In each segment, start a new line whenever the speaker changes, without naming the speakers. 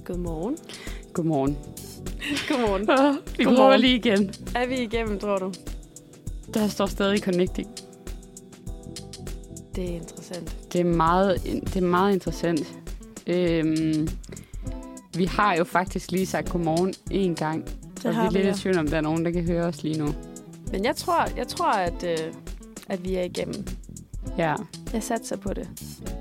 Godmorgen.
Godmorgen.
Godmorgen.
Vi prøver lige igen.
Er vi igennem, tror du?
Der står stadig connecting.
Det er interessant.
Det er meget interessant. Vi har jo faktisk lige sagt godmorgen en gang.
Det
og
har
vi er
vi,
lidt i tvivl om, der er nogen, der kan høre os lige nu.
Men jeg tror at vi er igennem.
Ja.
Jeg satser på det.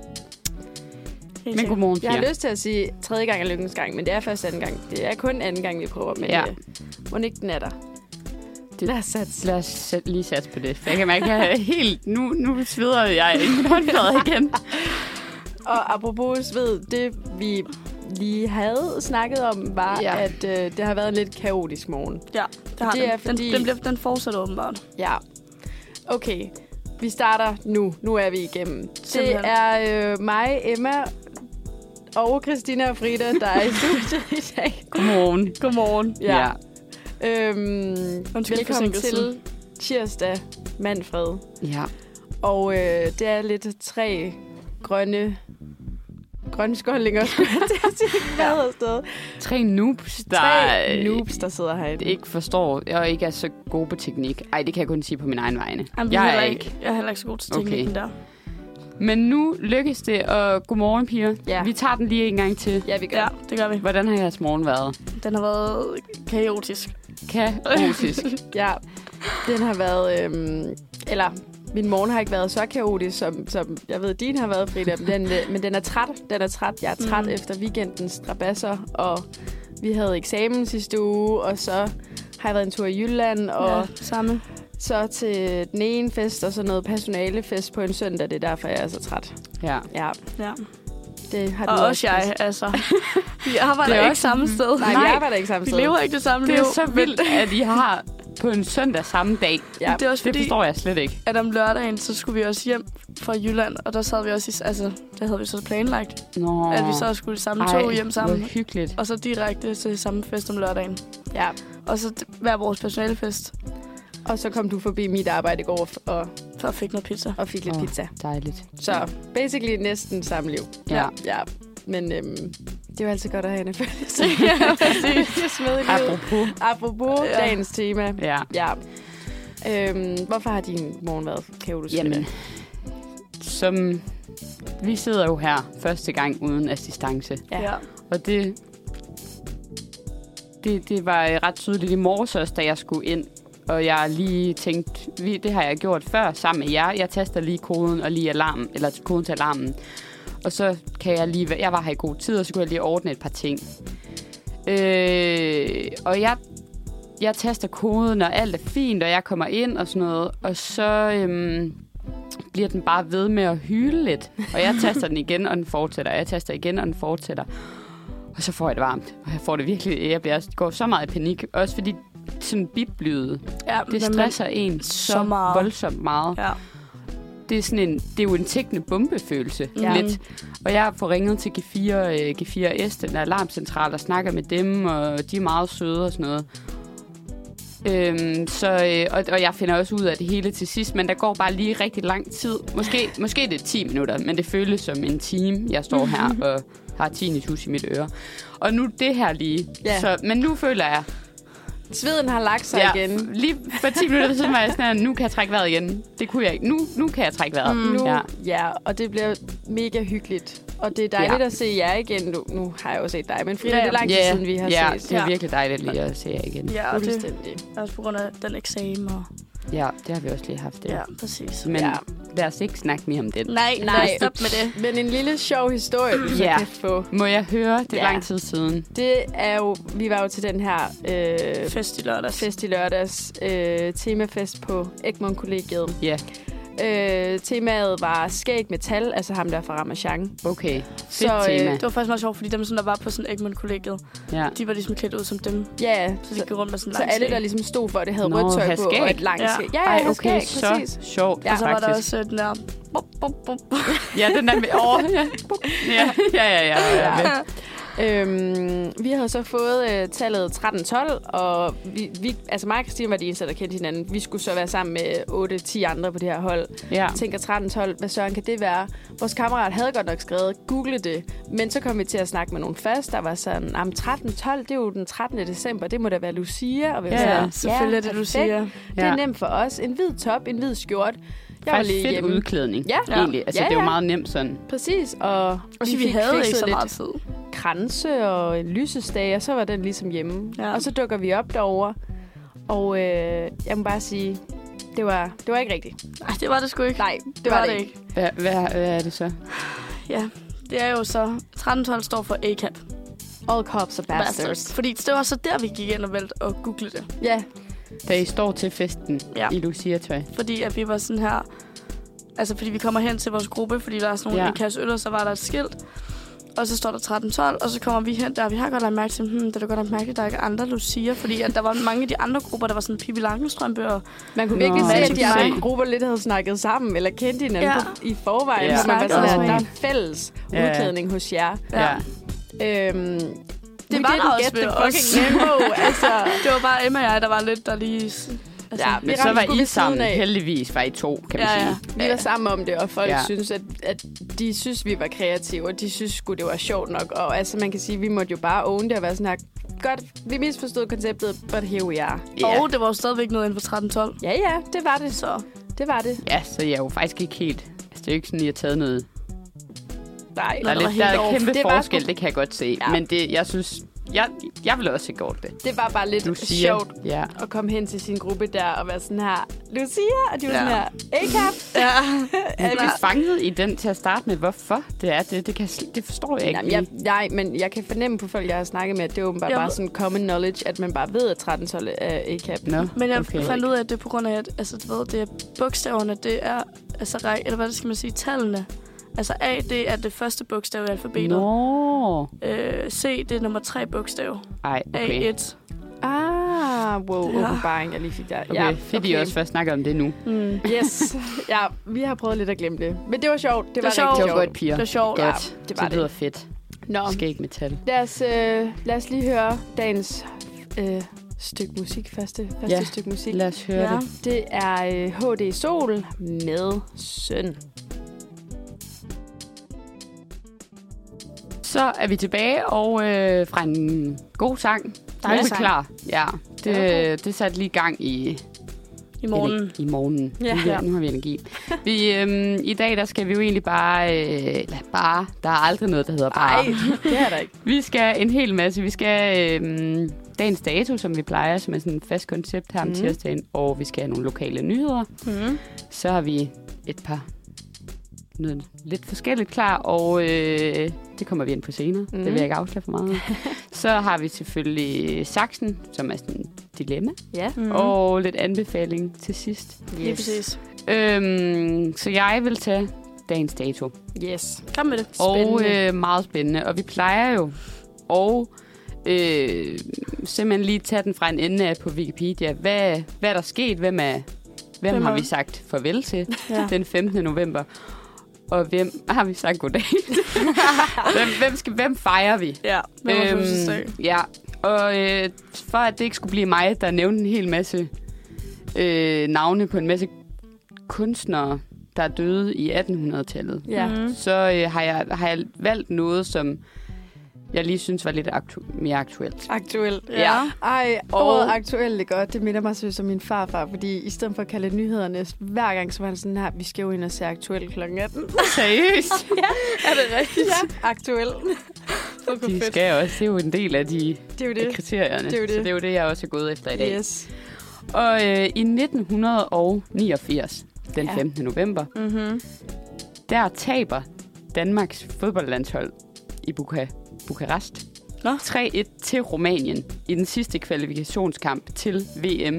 Men godmorgen, Pia.
Jeg har lyst til at sige tredje gang er lykkens gang, men det er først anden gang. Det er kun anden gang, vi prøver, men må ikke den er der. Lad os
lige satse på det. For jeg kan mærke, at jeg helt... Nu sveder jeg i min håndflade igen.
Og apropos sved, det vi lige havde snakket om, var, at det har været en lidt kaotisk morgen.
Ja, det har
det er fordi...
Den fortsætter åbenbart.
Ja. Okay, vi starter nu. Nu er vi igennem.
Simpelthen.
Det er mig, Emma og Christina og Frida, der er i studiet i dag.
Godmorgen.
Godmorgen.
Ja. Velkommen til tirsdag, Manfred.
Ja.
Og det er lidt 3 grønne skålinger, skulle jeg til at sige.
3 noobs,
der sidder herinde.
ikke forstår, og ikke er så gode på teknik. Ej, det kan jeg kun sige på min egen vegne.
Jamen, jeg er heller ikke så god til teknikken der.
Men nu lykkes det, og godmorgen, piger.
Ja.
Vi tager den lige en gang til.
Ja, vi gør.
Ja, det gør vi.
Hvordan har jeres morgen været?
Den har været kaotisk.
Kaotisk.
Ja, den har været... min morgen har ikke været så kaotisk, som jeg ved, din har været, Frida. Men den er træt. Jeg er træt efter weekendens strabasser, og vi havde eksamen sidste uge, og så har jeg været en tur i Jylland, og
samme.
Så til den ene fest, og så noget personalefest på en søndag. Det er derfor, jeg er så træt.
Ja.
Det har
og
du
også jeg, altså. Vi arbejder ikke samme sted.
Nej, vi arbejder ikke samme sted.
Vi lever ikke det samme liv.
Det er så vildt, at I har på en søndag samme dag.
Ja,
det er også
det forstår jeg slet ikke.
At om lørdagen, så skulle vi også hjem fra Jylland, og der sad vi også det havde vi så planlagt.
Nå.
At vi så skulle i samme tog hjem sammen.
Hvor hyggeligt.
Og så direkte til samme fest om lørdagen.
Ja.
Og så hver vores personalefest.
Og så kom du forbi mit arbejde i går
og fik noget pizza.
Og fik lidt pizza.
Dejligt.
Så basically næsten samme liv.
Ja.
Men det er jo altid godt at have en følelse.
Ja, præcis.
Apropos dagens tema.
Ja.
Hvorfor har din morgen været kaotisk?
Jamen, som vi sidder jo her første gang uden assistance.
Ja.
Og det var ret tydeligt i morges også, da jeg skulle ind. Og jeg lige tænkte, det har jeg gjort før sammen med jer. Jeg taster lige koden og lige alarmen, eller koden til alarmen. Og så kan jeg var her i god tid, og så kunne jeg lige ordne et par ting. Og jeg taster koden, og alt er fint, og jeg kommer ind og sådan noget. Og så bliver den bare ved med at hyle lidt. Og jeg taster den igen, og den fortsætter. Jeg taster igen, og den fortsætter. Og så får jeg det varmt. Og jeg får det virkelig, jeg går så meget i panik. Også fordi sådan biplyde, det stresser en så voldsomt meget. Ja. Det er jo en tækkende bombefølelse lidt. Og jeg får ringet til G4S, den der alarmcentral, og snakker med dem, og de er meget søde og sådan noget. Og jeg finder også ud af det hele til sidst, men der går bare lige rigtig lang tid. Måske det er 10 minutter, men det føles som en time, jeg står her og har tinnitus i mit øre. Og nu det her lige. Ja. Men nu føler jeg...
Sveden har lagt sig igen.
Lige for 10 minutter siden var jeg sådan, nu kan jeg trække vejret igen. Det kunne jeg ikke. Nu kan jeg trække vejret.
Og det bliver mega hyggeligt. Og det er dejligt at se jer igen. Nu har jeg jo set dig, men Frida, det er lang tid siden, vi har set.
Ja, det er virkelig dejligt lige at se jer igen.
Ja, og det er også på grund af den eksamen.
Ja, det har vi også lige haft.
Ja, præcis.
Men lad os ikke snakke mere om det.
Nej, stop med det.
Men en lille sjov historie, du så kan få.
Må jeg høre? Det er lang tid siden.
Det er jo, vi var jo til den her
fest i lørdags.
Temafest på Egmont Kollegiet.
Ja.
Temaet var skæg metal, altså ham der fra Ramachan.
Okay, fedt tema.
Det var faktisk meget sjovt, fordi dem, der var på sådan Egmont-kollegiet, de var ligesom klædt ud som dem.
Ja,
så de gik rundt med sådan
så alle, der ligesom stod for det, havde rødt tøj på og et langt skæg.
Ja, okay, så sjovt.
Og så var der også den der...
Ja, den der med over. Ja.
Vi havde så fået tallet 13-12, og vi, altså mig og Christine var de eneste, der kendte hinanden. Vi skulle så være sammen med 8-10 andre på det her hold. Ja. Jeg tænker 13-12, hvad søren kan det være? Vores kammerat havde godt nok skrevet, google det. Men så kom vi til at snakke med nogle først, der var sådan, 13-12, det er jo den 13. december, det må da være Lucia. Og vi
ja, selvfølgelig er det Lucia.
Det er nemt for os. En hvid top, en hvid skjort.
Jeg var lige fedt udklædning, egentlig. Altså, det er jo meget nemt sådan.
Præcis, og
vi havde ikke så meget tid.
Kranse og en lysestage, og så var den ligesom hjemme. Ja. Og så dukker vi op derovre, og jeg må bare sige, det var ikke rigtigt.
Nej, det var det sgu ikke.
Nej, det var det ikke.
Hvad er det så?
Ja, det er jo så, 13-12 står for ACAB.
All cops are bastards.
Fordi det var så der, vi gik ind og valgte at google det.
Ja.
Da I står til festen i Lucia-tøj.
Fordi at vi var sådan her, altså fordi vi kommer hen til vores gruppe, fordi der er sådan nogle en kasse øl, og så var der et skilt. Og så står der 13-12, og så kommer vi hen der. Vi har godt lagt mærke til, det er da godt mærke, at der ikke er andre Lucia, fordi at der var mange af de andre grupper, der var sådan Pippi Langstrømpe og...
Man kunne virkelig se, at de andre grupper lidt havde snakket sammen, eller kendte hinanden i forvejen. Så man var sådan, der er fælles udklædning hos jer.
Ja.
Det var også ved os. Altså.
Det var bare Emma og jeg, der var lidt der lige...
Altså, men så var I sammen. Heldigvis var I to, kan man sige.
Vi var sammen om det, og folk synes, at de synes, vi var kreative, og de synes sgu, det var sjovt nok. Og altså, man kan sige, vi måtte jo bare own det og være sådan her, godt, vi misforstod konceptet, but here we are.
Yeah. Og det var jo stadigvæk noget inden for 13-12.
Ja, det var det. Så det var det.
Ja, så jeg er jo faktisk ikke helt... Altså, det er jo ikke sådan, at I har taget noget...
Nej,
der er kæmpe forskel, det kan jeg godt se. Ja. Men det, jeg synes... Jeg ville også have gjort det.
Det var bare lidt sjovt at komme hen til sin gruppe der og være sådan her, Lucia, og de var sådan her, ACAB.
Er vi fanget i den til at starte med, hvorfor det er det? Det forstår jeg ikke.
Nej, men jeg kan fornemme på folk, jeg har snakket med, at det er åbenbart bare sådan common knowledge, at man bare ved, at 13-12 er ACAB.
Men jeg fandt ud af, at det er på grund af, at altså, det er bogstaverne, det er, altså, eller hvad skal man sige, tallene. Altså A, det er det første bogstav i alfabetet. C, det er nummer 3 bogstav.
Ej, okay.
A1.
Åbenbaring, jeg lige fik der.
Okay, fedt, I også først snakker om det nu.
Yes. Ja, vi har prøvet lidt at glemme det. Men det var sjovt. Det var rigtig sjovt.
Det var godt, piger.
Det var sjovt.
Ja, det var det.
Det lyder fedt. Skæg metal.
Lad os lige høre dagens stykke musik. Første stykke musik.
Lad os høre det.
Det er HD Sol med Søn.
Så er vi tilbage, og fra en god sang.
Der er
klar. Ja, det satte lige gang i
morgenen.
I morgenen. Ja. Nu har vi energi. I dag der skal vi jo egentlig bare... Der er aldrig noget, der hedder bare.
Nej, det er der ikke.
Vi skal en hel masse. Vi skal dagens dato, som vi plejer, som er sådan et fast koncept her om tirsdagen. Og vi skal have nogle lokale nyheder. Så har vi et par... noget lidt forskelligt klar, og det kommer vi ind på senere. Det vil jeg ikke afsløre for meget. Så har vi selvfølgelig saksen, som er sådan et dilemma.
Ja.
Og lidt anbefaling til sidst.
Lige præcis.
Så jeg vil tage dagens dato.
Yes.
Kom med det.
Spændende. Og meget spændende. Og vi plejer jo simpelthen lige tage den fra en ende af på Wikipedia. Hvad er der sket? Hvem har vi sagt farvel til den 15. november? Og hvem har vi sagt goddag? hvem fejrer vi?
Ja,
ja. Og for at det ikke skulle blive mig, der nævnte en hel masse navne på en masse kunstnere, der er døde i 1800-tallet, så har jeg valgt noget, som jeg lige synes var lidt mere aktuelt.
Aktuelt? Ja. Ej, ordet aktuelt er godt. Det minder mig så om min farfar, fordi i stedet for at kalde nyhederne, hver gang så var han sådan her, vi skal jo ind og se aktuelt kl. 18.
Seriøst?
Ja, er det rigtigt? Ja, aktuelt.
De skal også. Det er jo en del af de kriterierne.
Det er
så det er jo det, jeg også er gået efter i dag.
Yes.
Og i 1989, den 15. november, der taber Danmarks fodboldlandshold i Bukarest 3-1 til Rumænien i den sidste kvalifikationskamp til VM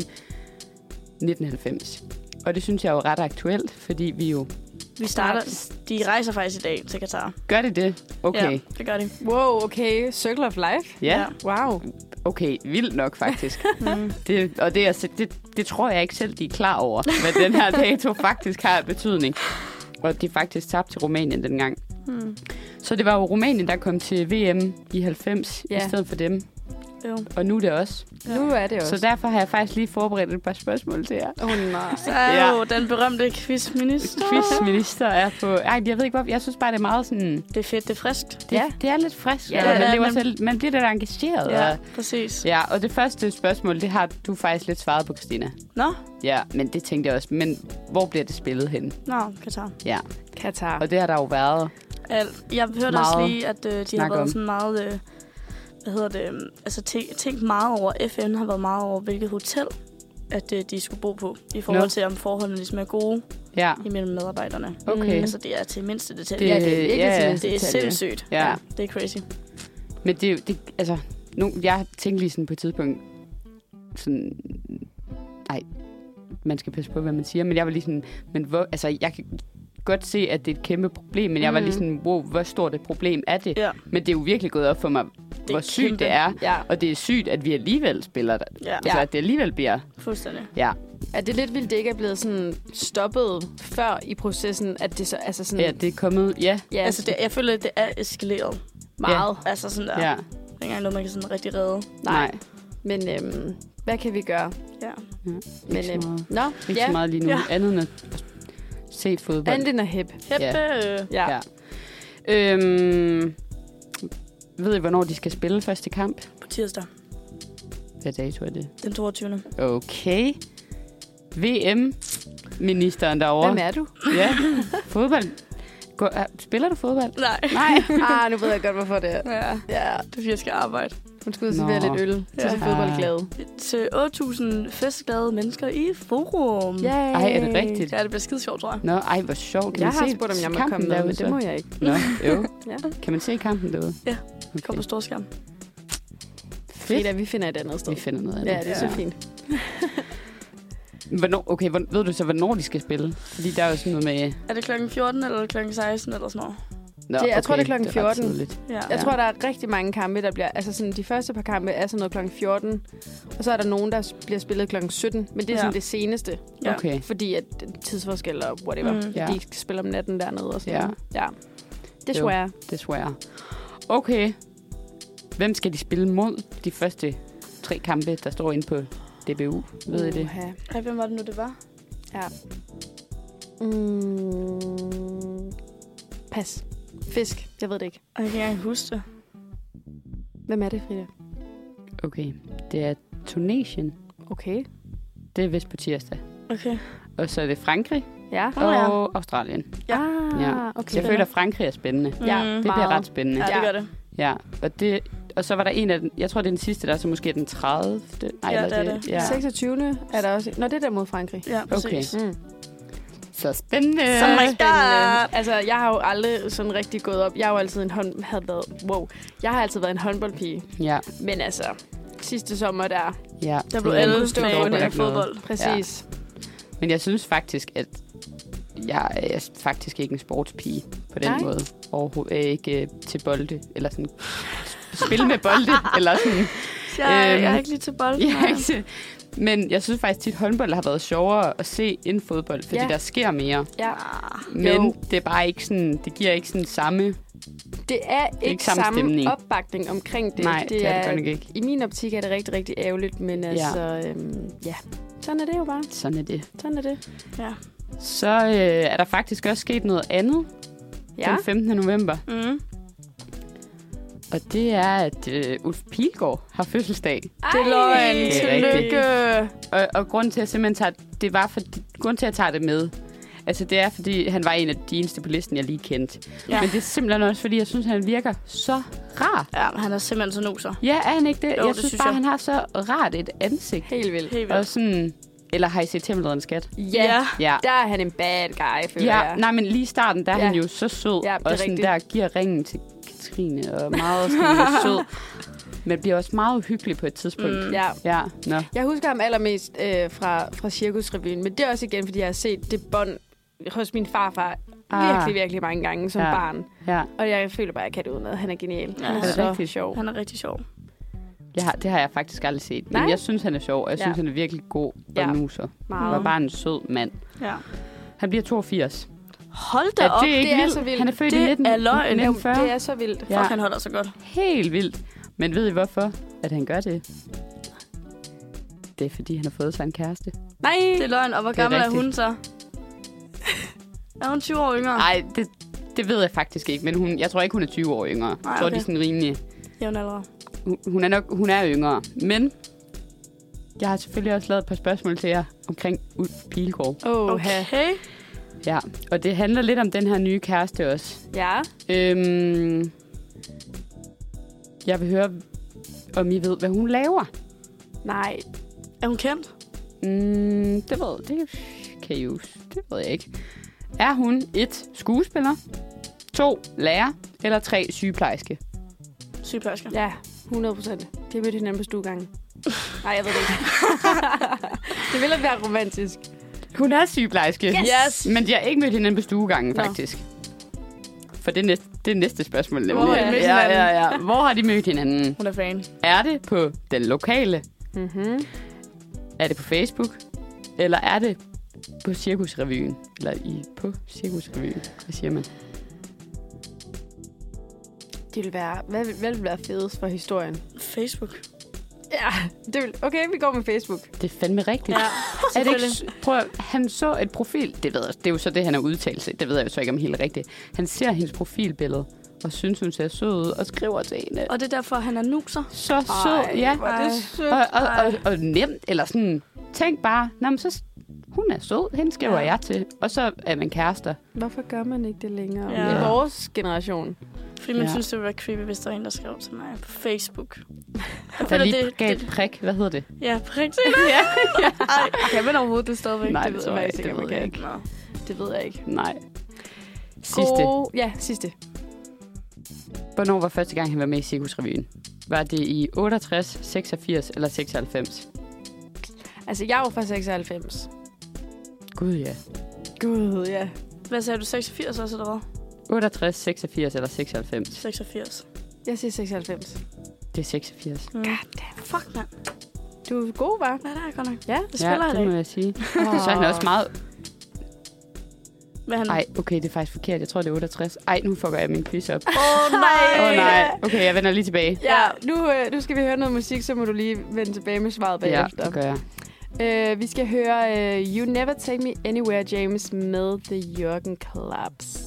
1990. Og det synes jeg er jo ret aktuelt, fordi
vi starter... De rejser faktisk i dag til Katar.
Gør det? Okay.
Ja, det gør de.
Wow, okay. Circle of life?
Ja.
Wow.
Okay, vildt nok faktisk. Det tror jeg ikke selv, de er klar over, hvad den her dato faktisk har betydning. Og de faktisk tabte til Rumænien dengang. Så det var jo Rumænien, der kom til VM i 90 i stedet for dem.
Jo.
Og nu er det også.
Ja. Nu er det også.
Så derfor har jeg faktisk lige forberedt et par spørgsmål til jer.
Nej. Så er jo den berømte quizminister.
Quizminister er på... Ej, jeg ved ikke, hvorfor. Jeg synes bare, det er meget sådan...
Det er fedt, det er friskt.
Det er lidt frisk.
Ja,
man bliver lidt engageret.
Ja, præcis.
Ja, og det første spørgsmål, det har du faktisk lidt svaret på, Christina.
Nå?
Ja, men det tænkte jeg også. Men hvor bliver det spillet hen?
Nå, Katar.
Ja.
Katar.
Og det har der jo været...
Jeg hørte også lige, at de har været sådan meget... altså tænkt meget over, FN har været meget over, hvilket hotel, at de skulle bo på, i forhold til, om forholdene ligesom er gode imellem medarbejderne.
Okay.
Altså, det er til mindste detalje.
Det er virkelig til mindste
detalje. Det er sindssygt.
Ja.
Det er crazy.
Men det altså, jeg tænkte lige sådan på et tidspunkt, sådan, nej, man skal passe på, hvad man siger, men jeg var lige sådan, men hvor, altså, jeg kan godt se, at det er et kæmpe problem, men jeg var lige sådan, wow, hvor stort et problem er det? Ja. Men det er jo virkelig gået op for mig, hvor sygt kæmpe. Det er. Ja. Og det er sygt, at vi alligevel spiller det. Ja. Altså, at det alligevel bliver...
Fuldstændig.
Ja.
Er det lidt vildt, det ikke er blevet sådan stoppet før i processen, at det så... Altså sådan...
Ja, det er kommet... Ja.
Altså, jeg føler, at det er eskaleret meget. Ja. Altså sådan der. Ja. Det er ikke engang noget, man kan sådan rigtig redde.
Nej. Men hvad kan vi gøre?
Ja.
Men ikke så meget lige nu. Ja. Andet end at se fodbold.
Andet end at hæppe.
Ja. Ved I, hvornår de skal spille første kamp?
På tirsdag.
Hvad dato er det?
Den 22.
Okay. VM-ministeren derovre.
Hvem er du?
Ja, fodbold. Spiller du fodbold?
Nej.
Nu ved jeg godt, hvorfor det er.
Ja. Det er fordi, jeg skal arbejde.
Hun skulle servere lidt øl til fodboldglade.
Til 8.000 festglade mennesker i Forum.
Yay.
Ej, er det rigtigt?
Ja, det bliver skide sjovt, tror jeg.
Nå, ej, hvor sjovt.
Jeg har spurgt, om jeg må komme med, men det må jeg ikke.
Nå, jo. Kan man se kampen derude?
Ja, kom på storskærm.
Frida, vi finder et andet sted.
Vi finder noget andet.
Ja, det er så fint.
Ved du så, hvornår de skal spille? Fordi der er jo sådan noget med...
Er det klokken 14 eller klokken 16 eller sådan noget?
Nå,
jeg tror, det er klokken 14. Jeg tror, der er rigtig mange kampe, der bliver... Altså sådan, de første par kampe er sådan noget klokken 14. Og så er der nogen, der bliver spillet klokken 17. Men det er sådan det seneste.
Ja. Okay.
Fordi at tidsforskel og whatever. De skal spille om natten dernede og sådan noget. Ja.
Desværre. Okay. Hvem skal de spille mod de første 3 kampe, der står inde på DBU? Ved I det?
Ej, hvem var det nu, det var?
Ja. Pas. Fisk. Jeg ved det ikke.
Jeg kan ikke engang huske det.
Hvem er det, Frida?
Okay. Det er Tunesien.
Okay.
Det er vist på tirsdag.
Okay.
Og så er det Frankrig.
Ja.
Og Australien.
Ja.
Okay. Jeg føler, at Frankrig er spændende.
Ja,
det bliver ret spændende.
Ja, det gør det.
Ja, og så var der en af den, jeg tror, det er den sidste, der er så måske den 30.
Nej, ja, det er det.
Ja. 26. er der også. Nå, det er der mod Frankrig.
Ja, præcis. Okay.
Så spændende.
Altså, jeg har jo aldrig sådan rigtig gået op. Jeg har jo altid jeg har altid været en håndboldpige.
Ja.
Men altså, sidste sommer der
blev alle stået under fodbold.
Præcis.
Ja. Men jeg synes faktisk, at jeg er faktisk ikke en sportspige på den måde. Overhovedet ikke til bolde, eller sådan spille med bolde, eller sådan.
Jeg er ikke lige til bolde.
Men jeg synes faktisk tit, at håndbold har været sjovere at se end fodbold, fordi der sker mere.
Ja.
Men det er bare ikke sådan, det giver ikke sådan samme...
Det er ikke samme opbakning omkring det.
Nej, det er det godt ikke.
I min optik er det rigtig, rigtig ærgerligt, men altså, sådan er det jo bare.
Sådan er det.
Ja.
Så er der faktisk også sket noget andet den 15. november. Og det er, at Ulf Pilgaard har fødselsdag.
Det er løgn. Tillykke.
Og grunden til, at jeg simpelthen grunden til, at jeg tager det med, altså det er, fordi han var en af de eneste på listen, jeg lige kendte. Ja. Men det er simpelthen også, fordi jeg synes, han virker så rar.
Ja, han er simpelthen så nuser.
Ja, er han ikke det?
Jo,
jeg synes bare, han har så rart et ansigt.
Helt vildt.
Og sådan... Eller har I set Tempelridderen Skat?
Ja, der er han en bad guy, føler jeg.
Nej, men lige i starten, der er han jo så sød.
Ja,
og sådan der giver ringen til Katrine, og meget sådan sød. Men bliver også meget uhyggelig på et tidspunkt. Ja.
Jeg husker ham allermest fra Cirkusrevyen, men det er også igen, fordi jeg har set det bånd hos min farfar virkelig mange gange som barn. Ja. Og jeg føler bare, at jeg kan det uden noget. Han er genial. Han er så rigtig sjov.
Han er rigtig sjov.
Det har jeg faktisk aldrig set. Men jeg synes, han er sjov, og jeg synes, han er virkelig god og nuser. Og bare en sød mand.
Ja.
Han bliver 82.
Hold da op.
Det er ikke
det er
vildt.
så vildt.
Han er født i
Det er løgn.
1940.
Det er så vildt.
Fuck, han holder så godt.
Helt vildt. Men ved I hvorfor, at han gør det? Det er, fordi han har fået sig en kæreste.
Nej!
Det er løgn. Og hvor gammel er hun så? Er hun 20 år yngre?
Nej, det ved jeg faktisk ikke. Men jeg tror ikke, hun er 20 år yngre. Jeg tror, de er sådan rimelig...
Jævn alder.
Hun er yngre. Men jeg har selvfølgelig også lavet et par spørgsmål til jer omkring Ulf Pilgaard.
Okay.
Ja, og det handler lidt om den her nye kæreste også.
Ja.
Jeg vil høre, om I ved, hvad hun laver.
Nej.
Er hun kendt?
Det kan I jo. Det ved jeg ikke. Er hun 1. skuespiller, 2. lærer, eller 3. sygeplejerske?
Sygeplejerske.
Ja, 100%. De har mødt hinanden på stuegangen. Nej, jeg ved det ikke. Det ville være romantisk.
Hun er sygeplejerske.
Yes!
Men de har ikke mødt hinanden på stuegangen, faktisk. For det er næste spørgsmål.
Hvor har de mødt hinanden?
Ja. Hvor har de mødt hinanden?
Hun er fan.
Er det på den lokale?
Mm-hmm.
Er det på Facebook? Eller er det på Cirkusrevyen? Eller på Cirkusrevyen? Hvad siger man?
Det vil være... Hvad vil være fedest for historien?
Facebook.
Ja, det vil... Okay, vi går med Facebook.
Det er fandme rigtigt.
Ja,
er det ikke, prøv at, han så et profil... Det ved jeg, det er jo så det, han har udtalt sig. Det ved jeg jo så ikke om helt rigtigt. Han ser hendes profilbillede, og synes, hun ser sød ud, og skriver til hende.
Og det er derfor, han er nuser.
Så sød, ja. Og nemt, eller sådan... Tænk bare, men så... Hun er sød, hende skriver jeg til. Og så er man kærester.
Hvorfor gør man ikke det længere?
Ja.
I vores generation.
Fordi man synes, det ville være creepy, hvis der var en, der skrev til mig på Facebook.
Der lige gav et prik. Hvad hedder det?
Ja, prik.
ja.
Ej, kan man overhovedet det stadigvæk?
Nej,
det ved jeg
det ved jeg ikke.
Det ved jeg ikke.
Nej. Sidste. Hvornår var første gang, han var med i Cirkusrevyen? Var det i 68, 86 eller 96?
Altså, jeg var fra 96.
Gud, ja.
Gud, ja.
Hvad sagde du? 86 også, eller hvad?
68, 86 eller 96?
86.
Jeg siger 96.
Det er 86.
God damn. Fuck, mand.
Du er god, hva'?
Ja, det er godt nok.
Ja,
det spiller jeg
det må jeg sige. Så er han også meget... Ej, okay, det er faktisk forkert. Jeg tror, det er 68. Ej, nu fucker jeg min quiz op.
Nej.
Okay, jeg vender lige tilbage.
Ja, nu skal vi høre noget musik, så må du lige vende tilbage med svaret bagefter.
Ja, det gør jeg.
Vi skal høre You Never Take Me Anywhere, James, med The Jürgen Clubs.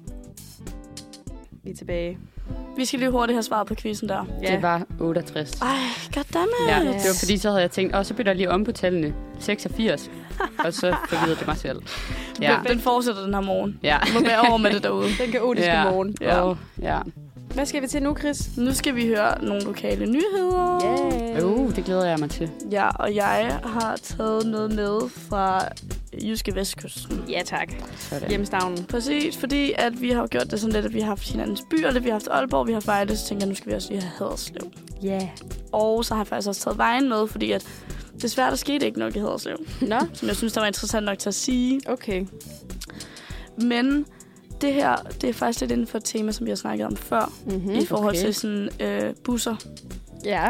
Vi er tilbage.
Vi skal lige hurtigt have svaret på quizzen der.
Ja. Det var 68.
Ej, goddammit.
Ja, det var fordi, så havde jeg tænkt, så bytter jeg lige om på tallene. 86. Og så forvirrede det mig selv.
Ja. Den fortsætter den her morgen.
Ja.
Du må være over med det derude.
Den kaotiske morgen.
Ja.
Hvad skal vi til nu, Chris?
Nu skal vi høre nogle lokale nyheder.
Yeah.
Det glæder jeg mig til.
Ja, og jeg har taget noget med fra Jyske Vestkysten.
Ja, tak.
Sådan.
Hjemstavnen.
Præcis, fordi at vi har gjort det sådan lidt, at vi har haft hinandens byer, vi har haft Aalborg, vi har Vejle, så tænker jeg, nu skal vi også lige have Haderslev.
Ja. Yeah.
Og så har jeg faktisk også taget Vejen med, fordi at desværre der skete ikke noget i Haderslev.
Nå.
Som jeg synes, der var interessant nok til at sige.
Okay.
Men det her, det er faktisk lidt inden for et tema, som vi har snakket om før. I forhold til sådan busser.
Ja.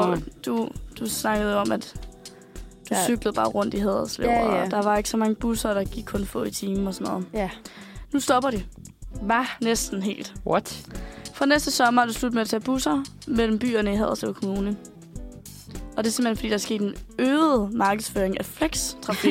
Du snakkede om, at du cyklede bare rundt i Haderslev, og der var ikke så mange busser, der gik kun få i timen og sådan noget.
Ja.
Nu stopper de.
Hvad?
Næsten helt.
What?
Fra næste sommer er det slut med at tage busser mellem byerne i Haderslev Kommune. Og det er simpelthen, fordi der er sket en øget markedsføring af flextrafik.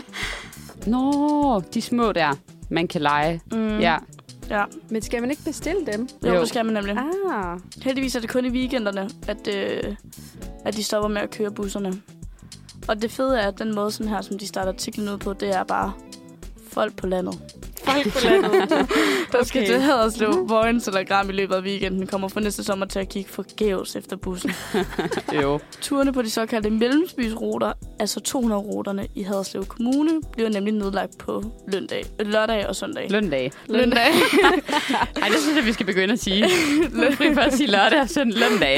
Nå, de små der, man kan lege. Ja.
Men skal man ikke bestille dem?
Jo, det skal man nemlig.
Heldigvis
er det kun i weekenderne, at de stopper med at køre busserne. Og det fede er, at den måde, sådan her, som de starter artiklen ud på, det er bare folk på landet.
Folk på landet.
Der skal til Haderslev, hvor en telegram i løbet af weekenden kommer for næste sommer til at kigge forgæves efter bussen.
Jo.
Turene på de såkaldte mellemsbysruter, altså 200-ruterne i Haderslev Kommune, bliver nemlig nedlagt på lørdag og søndag.
Løndag.
Ej,
det synes jeg, vi skal begynde at sige. Fri for at sige lørdag og søndag. Løndag.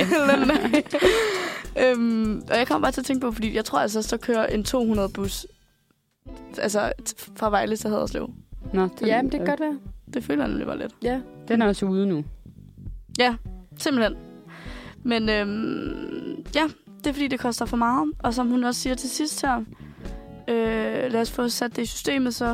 Og jeg kommer bare til at tænke på, fordi jeg tror altså, så kører en 200-bus altså fra Vejle til Haderslev.
Nå,
ja, men det kan godt være.
Det føler jeg nemlig bare lidt.
Ja.
Den er også ude nu.
Ja, simpelthen. Men ja, det er fordi, det koster for meget. Og som hun også siger til sidst her, lad os få sat det i systemet, så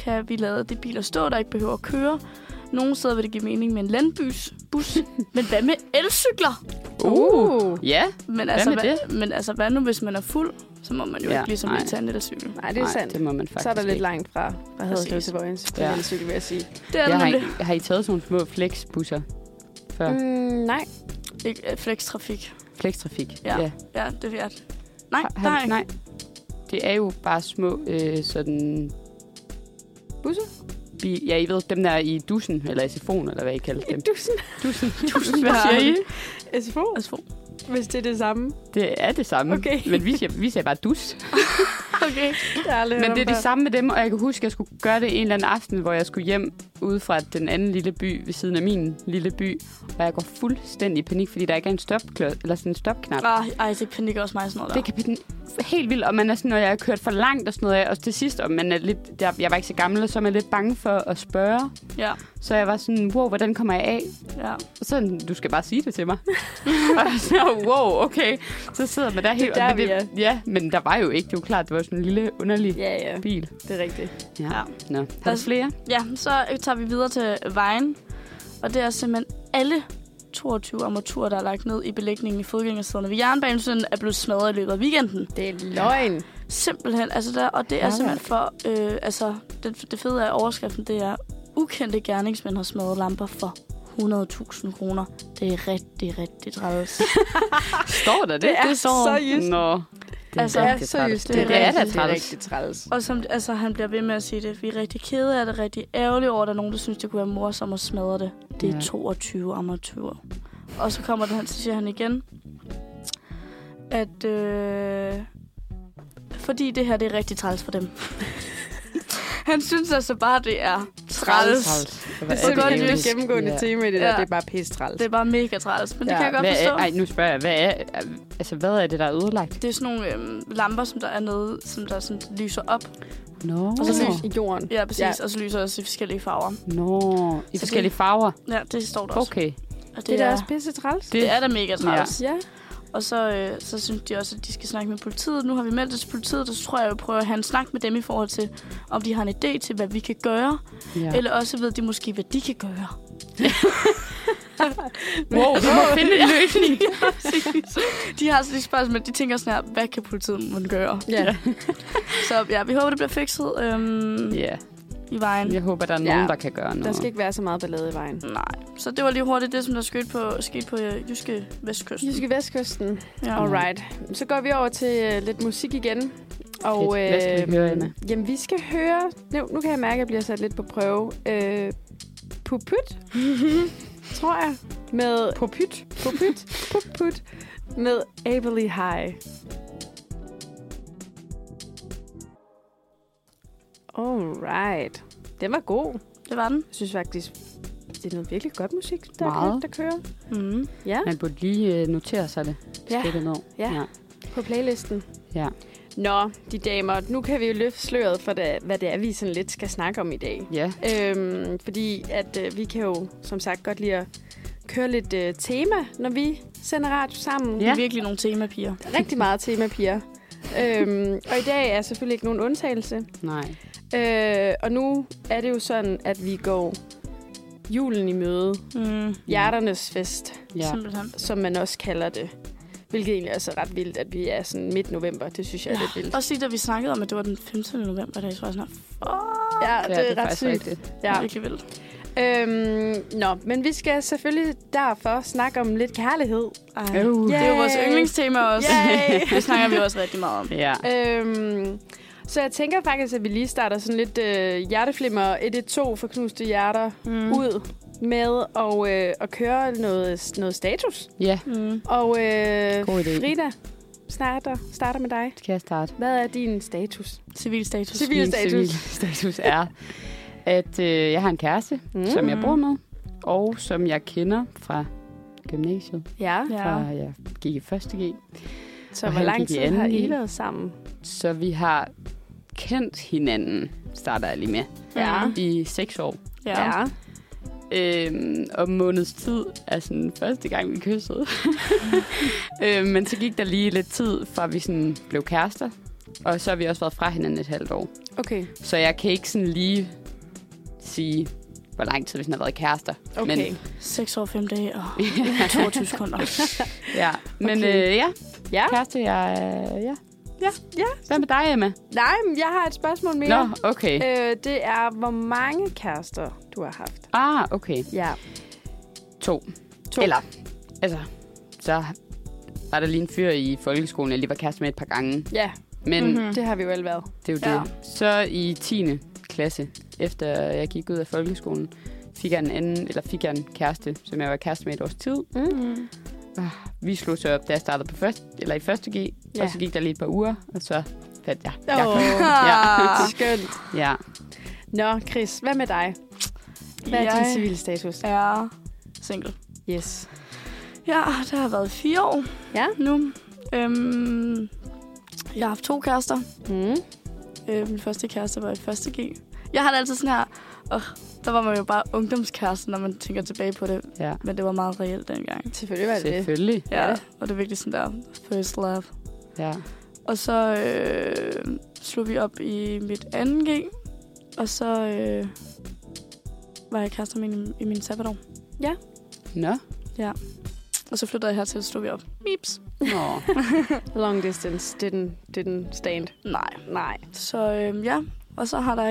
kan vi lade de biler stå, der ikke behøver at køre. Nogle steder vil det give mening med en landbus. Men hvad med elcykler?
Ja,
Men altså, hvad nu, hvis man er fuld? Så må man jo ikke ligesom lige tage en elcykel.
Nej, det er sandt.
Det må man faktisk
så er der lidt
ikke.
langt fra Haderslev til Vojens. Ja. Elcykel, vil jeg sige.
Det er
har I taget sådan nogle små flexbusser før?
Nej. Ikke flextrafik.
Flextrafik,
ja. Ja, det er det. Nej.
Det er jo bare små sådan...
Busser?
Ja, I ved, dem der i dussen, eller SFO'en, eller hvad I kalder dem.
Dussen, hvad siger I?
SFO? Hvis det er det samme.
Det er det samme,
okay.
Men vi siger bare dus.
Okay.
Men det er det samme med dem, og jeg kan huske, at jeg skulle gøre det en eller anden aften, hvor jeg skulle hjem ude fra den anden lille by, ved siden af min lille by, og jeg går fuldstændig i panik, fordi der ikke er en stopknap.
Det panikker også mig sådan noget der.
Det kan helt vildt, og man er sådan, når jeg har kørt for langt og sådan noget, og til sidst, og man er lidt, jeg var ikke så gammel, og så er man lidt bange for at spørge.
Ja.
Så jeg var sådan, wow, hvordan kommer jeg af?
Ja.
Og så du skal bare sige det til mig. Og så, wow, okay. Så sidder man der helt...
Det der,
ja, men der var jo ikke, det var klart, det var sådan en lille underlig bil.
Det er rigtigt.
Ja. Nå, har du flere?
Ja, så tager vi videre til vejen, og det er simpelthen alle 22 armaturer, der er lagt ned i belægningen i fodgængersiderne ved jernbanen, er blevet smadret i løbet af weekenden.
Det er løgn.
Simpelthen, og det er simpelthen for, det fede af overskriften, det er, ukendte gerningsmænd har smadret lamper for 100.000 kroner. Det er rigtig, rigtig træls.
Står der det?
Det er så just.
Nå.
Det er så just.
Det er rigtig
træls. Og som, han bliver ved med at sige det. Vi er rigtig kede af det, rigtig ærgerlige over, at der er nogen, der synes, det kunne være morsomt at smadre det. Det er 22 armaturer. Og så kommer det hen, så siger han igen, at fordi det her, det er rigtig træls for dem. Han synes altså bare, det er træls.
Det er så godt et gennemgående tema i det der. Det er bare pisse træls.
Det er bare mega træls, men det kan jeg godt forstå.
Nu spørger jeg, hvad er det, der er ødelagt?
Det er sådan nogle lamper, som der er nede, som der sådan lyser op.
Og så lyser i jorden.
Ja, præcis. Ja. Og så lyser også i forskellige farver.
I forskellige farver?
Ja, det står der også.
Okay.
Og det er da også pisse træls.
Det er da mega træls.
Ja.
Og så synes de også, at de skal snakke med politiet. Nu har vi meldt det til politiet, og så tror jeg, at jeg prøver at have en snak med dem i forhold til, om de har en idé til, hvad vi kan gøre. Ja. Eller også ved de måske, hvad de kan gøre.
Wow, vi må finde en løsning.
De har altså de spørgsmål, de tænker sådan her, hvad kan politiet måtte gøre?
Ja.
Så ja, vi håber, det bliver fikset i vejen.
Jeg håber, der er nogen, der kan gøre noget.
Der skal ikke være så meget ballade i vejen.
Nej. Så det var lige hurtigt det, som der skete på Jyske Vestkysten.
Jyske Vestkysten.
Ja.
Alright. Så går vi over til lidt musik igen. Og
hvad skal vi høre, Emma?
Jamen, vi skal høre... Nu kan jeg mærke, at jeg bliver sat lidt på prøve. Puput, tror jeg. Med... Puput. Med Ably High. Alright. Den var god.
Det var den.
Jeg synes faktisk, det er noget virkelig godt musik, der kører.
Mm.
Ja.
Man burde lige notere sig det.
Ja. På playlisten.
Ja.
Nå, de damer, nu kan vi jo løfte sløret for, hvad det er, vi sådan lidt skal snakke om i dag.
Ja.
Fordi at vi kan jo, som sagt, godt lide at køre lidt tema, når vi sender radio sammen.
Ja. Det er virkelig nogle temapiger.
Rigtig meget temapiger. Og i dag er selvfølgelig ikke nogen undtagelse.
Nej.
Og nu er det jo sådan, at vi går julen i møde. Hjerternes fest, som man også kalder det. Hvilket egentlig er så ret vildt, at vi er sådan midt november. Det synes jeg er lidt vildt.
Også lige da vi snakkede om, at det var den 15. november, da så var sådan
ja, det er ret sygt.
Ja, virkelig vildt.
Men vi skal selvfølgelig derfor snakke om lidt kærlighed.
Det er jo vores yndlingstema også. Det snakker vi også rigtig meget om.
Ja.
Så jeg tænker faktisk, at vi lige starter sådan lidt hjerteflimmer 112 for knuste hjerter ud med at køre noget status.
Ja.
Og Frida, starter med dig.
Skal jeg starte?
Hvad er din status?
Civil status.
Civil status er, at jeg har en kæreste, som jeg bor med, og som jeg kender fra gymnasiet.
Ja.
Fra jeg gik i 1. G.
Så hvor lang tid har I været sammen?
Så vi har kendt hinanden, starter jeg lige med, i 6 år.
Ja.
Om måneds tid er sådan første gang, vi kyssede. Men så gik der lige lidt tid, fra vi sådan blev kærester. Og så har vi også været fra hinanden et halvt år.
Okay.
Så jeg kan ikke sådan lige sige, hvor lang tid vi sådan har været kærester.
Okay.
Men,
6 år, 5 dage og 22 sekunder.
ja, men
Okay. Ja.
kæreste, ja. Hvad med dig, Emma?
Nej, men jeg har et spørgsmål mere.
Nå, okay.
Det er, hvor mange kærester du har haft.
Okay.
Ja.
2. Eller, altså, så var der lige en fyr i folkeskolen, jeg lige var kæreste med et par gange.
Ja,
Men
det har vi jo vel været.
det er jo det. Så i 10. klasse, efter jeg gik ud af folkeskolen, fik jeg en kæreste, som jeg var kæreste med et års tid. Vi slog så op, da jeg startede på i første G, og så gik der lige et par uger, og så fandt jeg.
Skønt.
Ja.
Nå, Chris, hvad med dig? Hvad er din civilstatus?
Er single.
Yes.
Ja, det har været 4 år nu. Jeg har haft 2 kærester. Min første kæreste var i første G. Jeg har det altid sådan her... der var man jo bare ungdomskæreste, når man tænker tilbage på det.
Ja.
Men det var meget reelt dengang.
Selvfølgelig var det det.
Selvfølgelig.
Ja, og det er virkelig sådan der first love.
Ja.
Og så slog vi op i mit 2G. Og så var jeg kærester med i min sabbatår. Ja.
Nå.
Ja. Og så flyttede jeg hertil, og slog vi op. Mips.
Nå.
Long distance didn't stand.
Nej. Så ja. Og så har der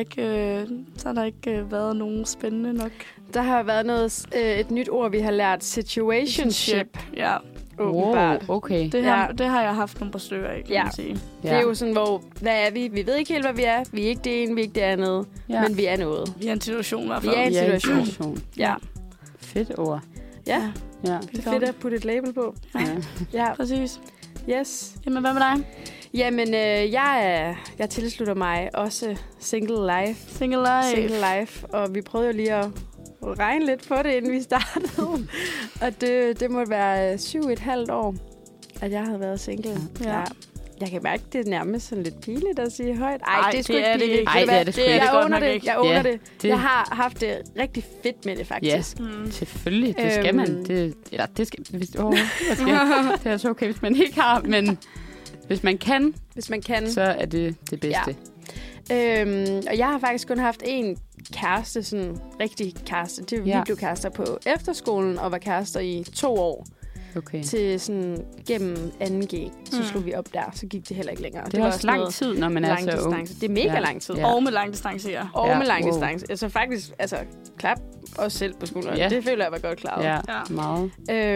ikke været nogen spændende nok.
Der har været et nyt ord, vi har lært. Situationship.
Ja.
Åbenbart.
Okay.
Det har jeg haft nogle par stykker af, kan man sige.
Det er jo sådan, hvad er vi? Vi ved ikke helt, hvad vi er. Vi er ikke det ene, vi er ikke det andet. Ja. Men vi er noget.
Vi er en situation i hvert fald.
Vi er en situation. Ja.
Fedt ord.
Ja. Det er fedt at putte et label på.
Ja, præcis.
Yes.
Jamen, hvad med dig?
Jamen, jeg tilslutter mig også Single Life. Og vi prøvede jo lige at regne lidt på det, inden vi startede. Og det måtte være 7,5 år, at jeg havde været single. Ja. Jeg kan mærke, det er nærmest sådan lidt pinligt at sige højt. Ej, det er sgu ikke pinligt.
Nej, det er det sgu ikke.
Jeg owner det. Jeg har haft det rigtig fedt med det, faktisk.
Ja, selvfølgelig. Det skal man. Det skal... det er så okay, hvis man ikke har, men... Hvis man kan, så er det det bedste.
Ja. Og jeg har faktisk kun haft en kæreste, sådan rigtig kæreste. Vi blev kærester på efterskolen og var kærester i 2 år.
Okay.
Til sådan gennem 2G. Så slog vi op der, så gik det heller ikke længere.
Det er også lang tid, når man er så ung.
Det er mega lang tid.
Og med lang distance, ja.
Og med lang distance. Altså faktisk, klap os selv på skulderen. Ja. Det føler jeg var godt klaret.
Ja, meget.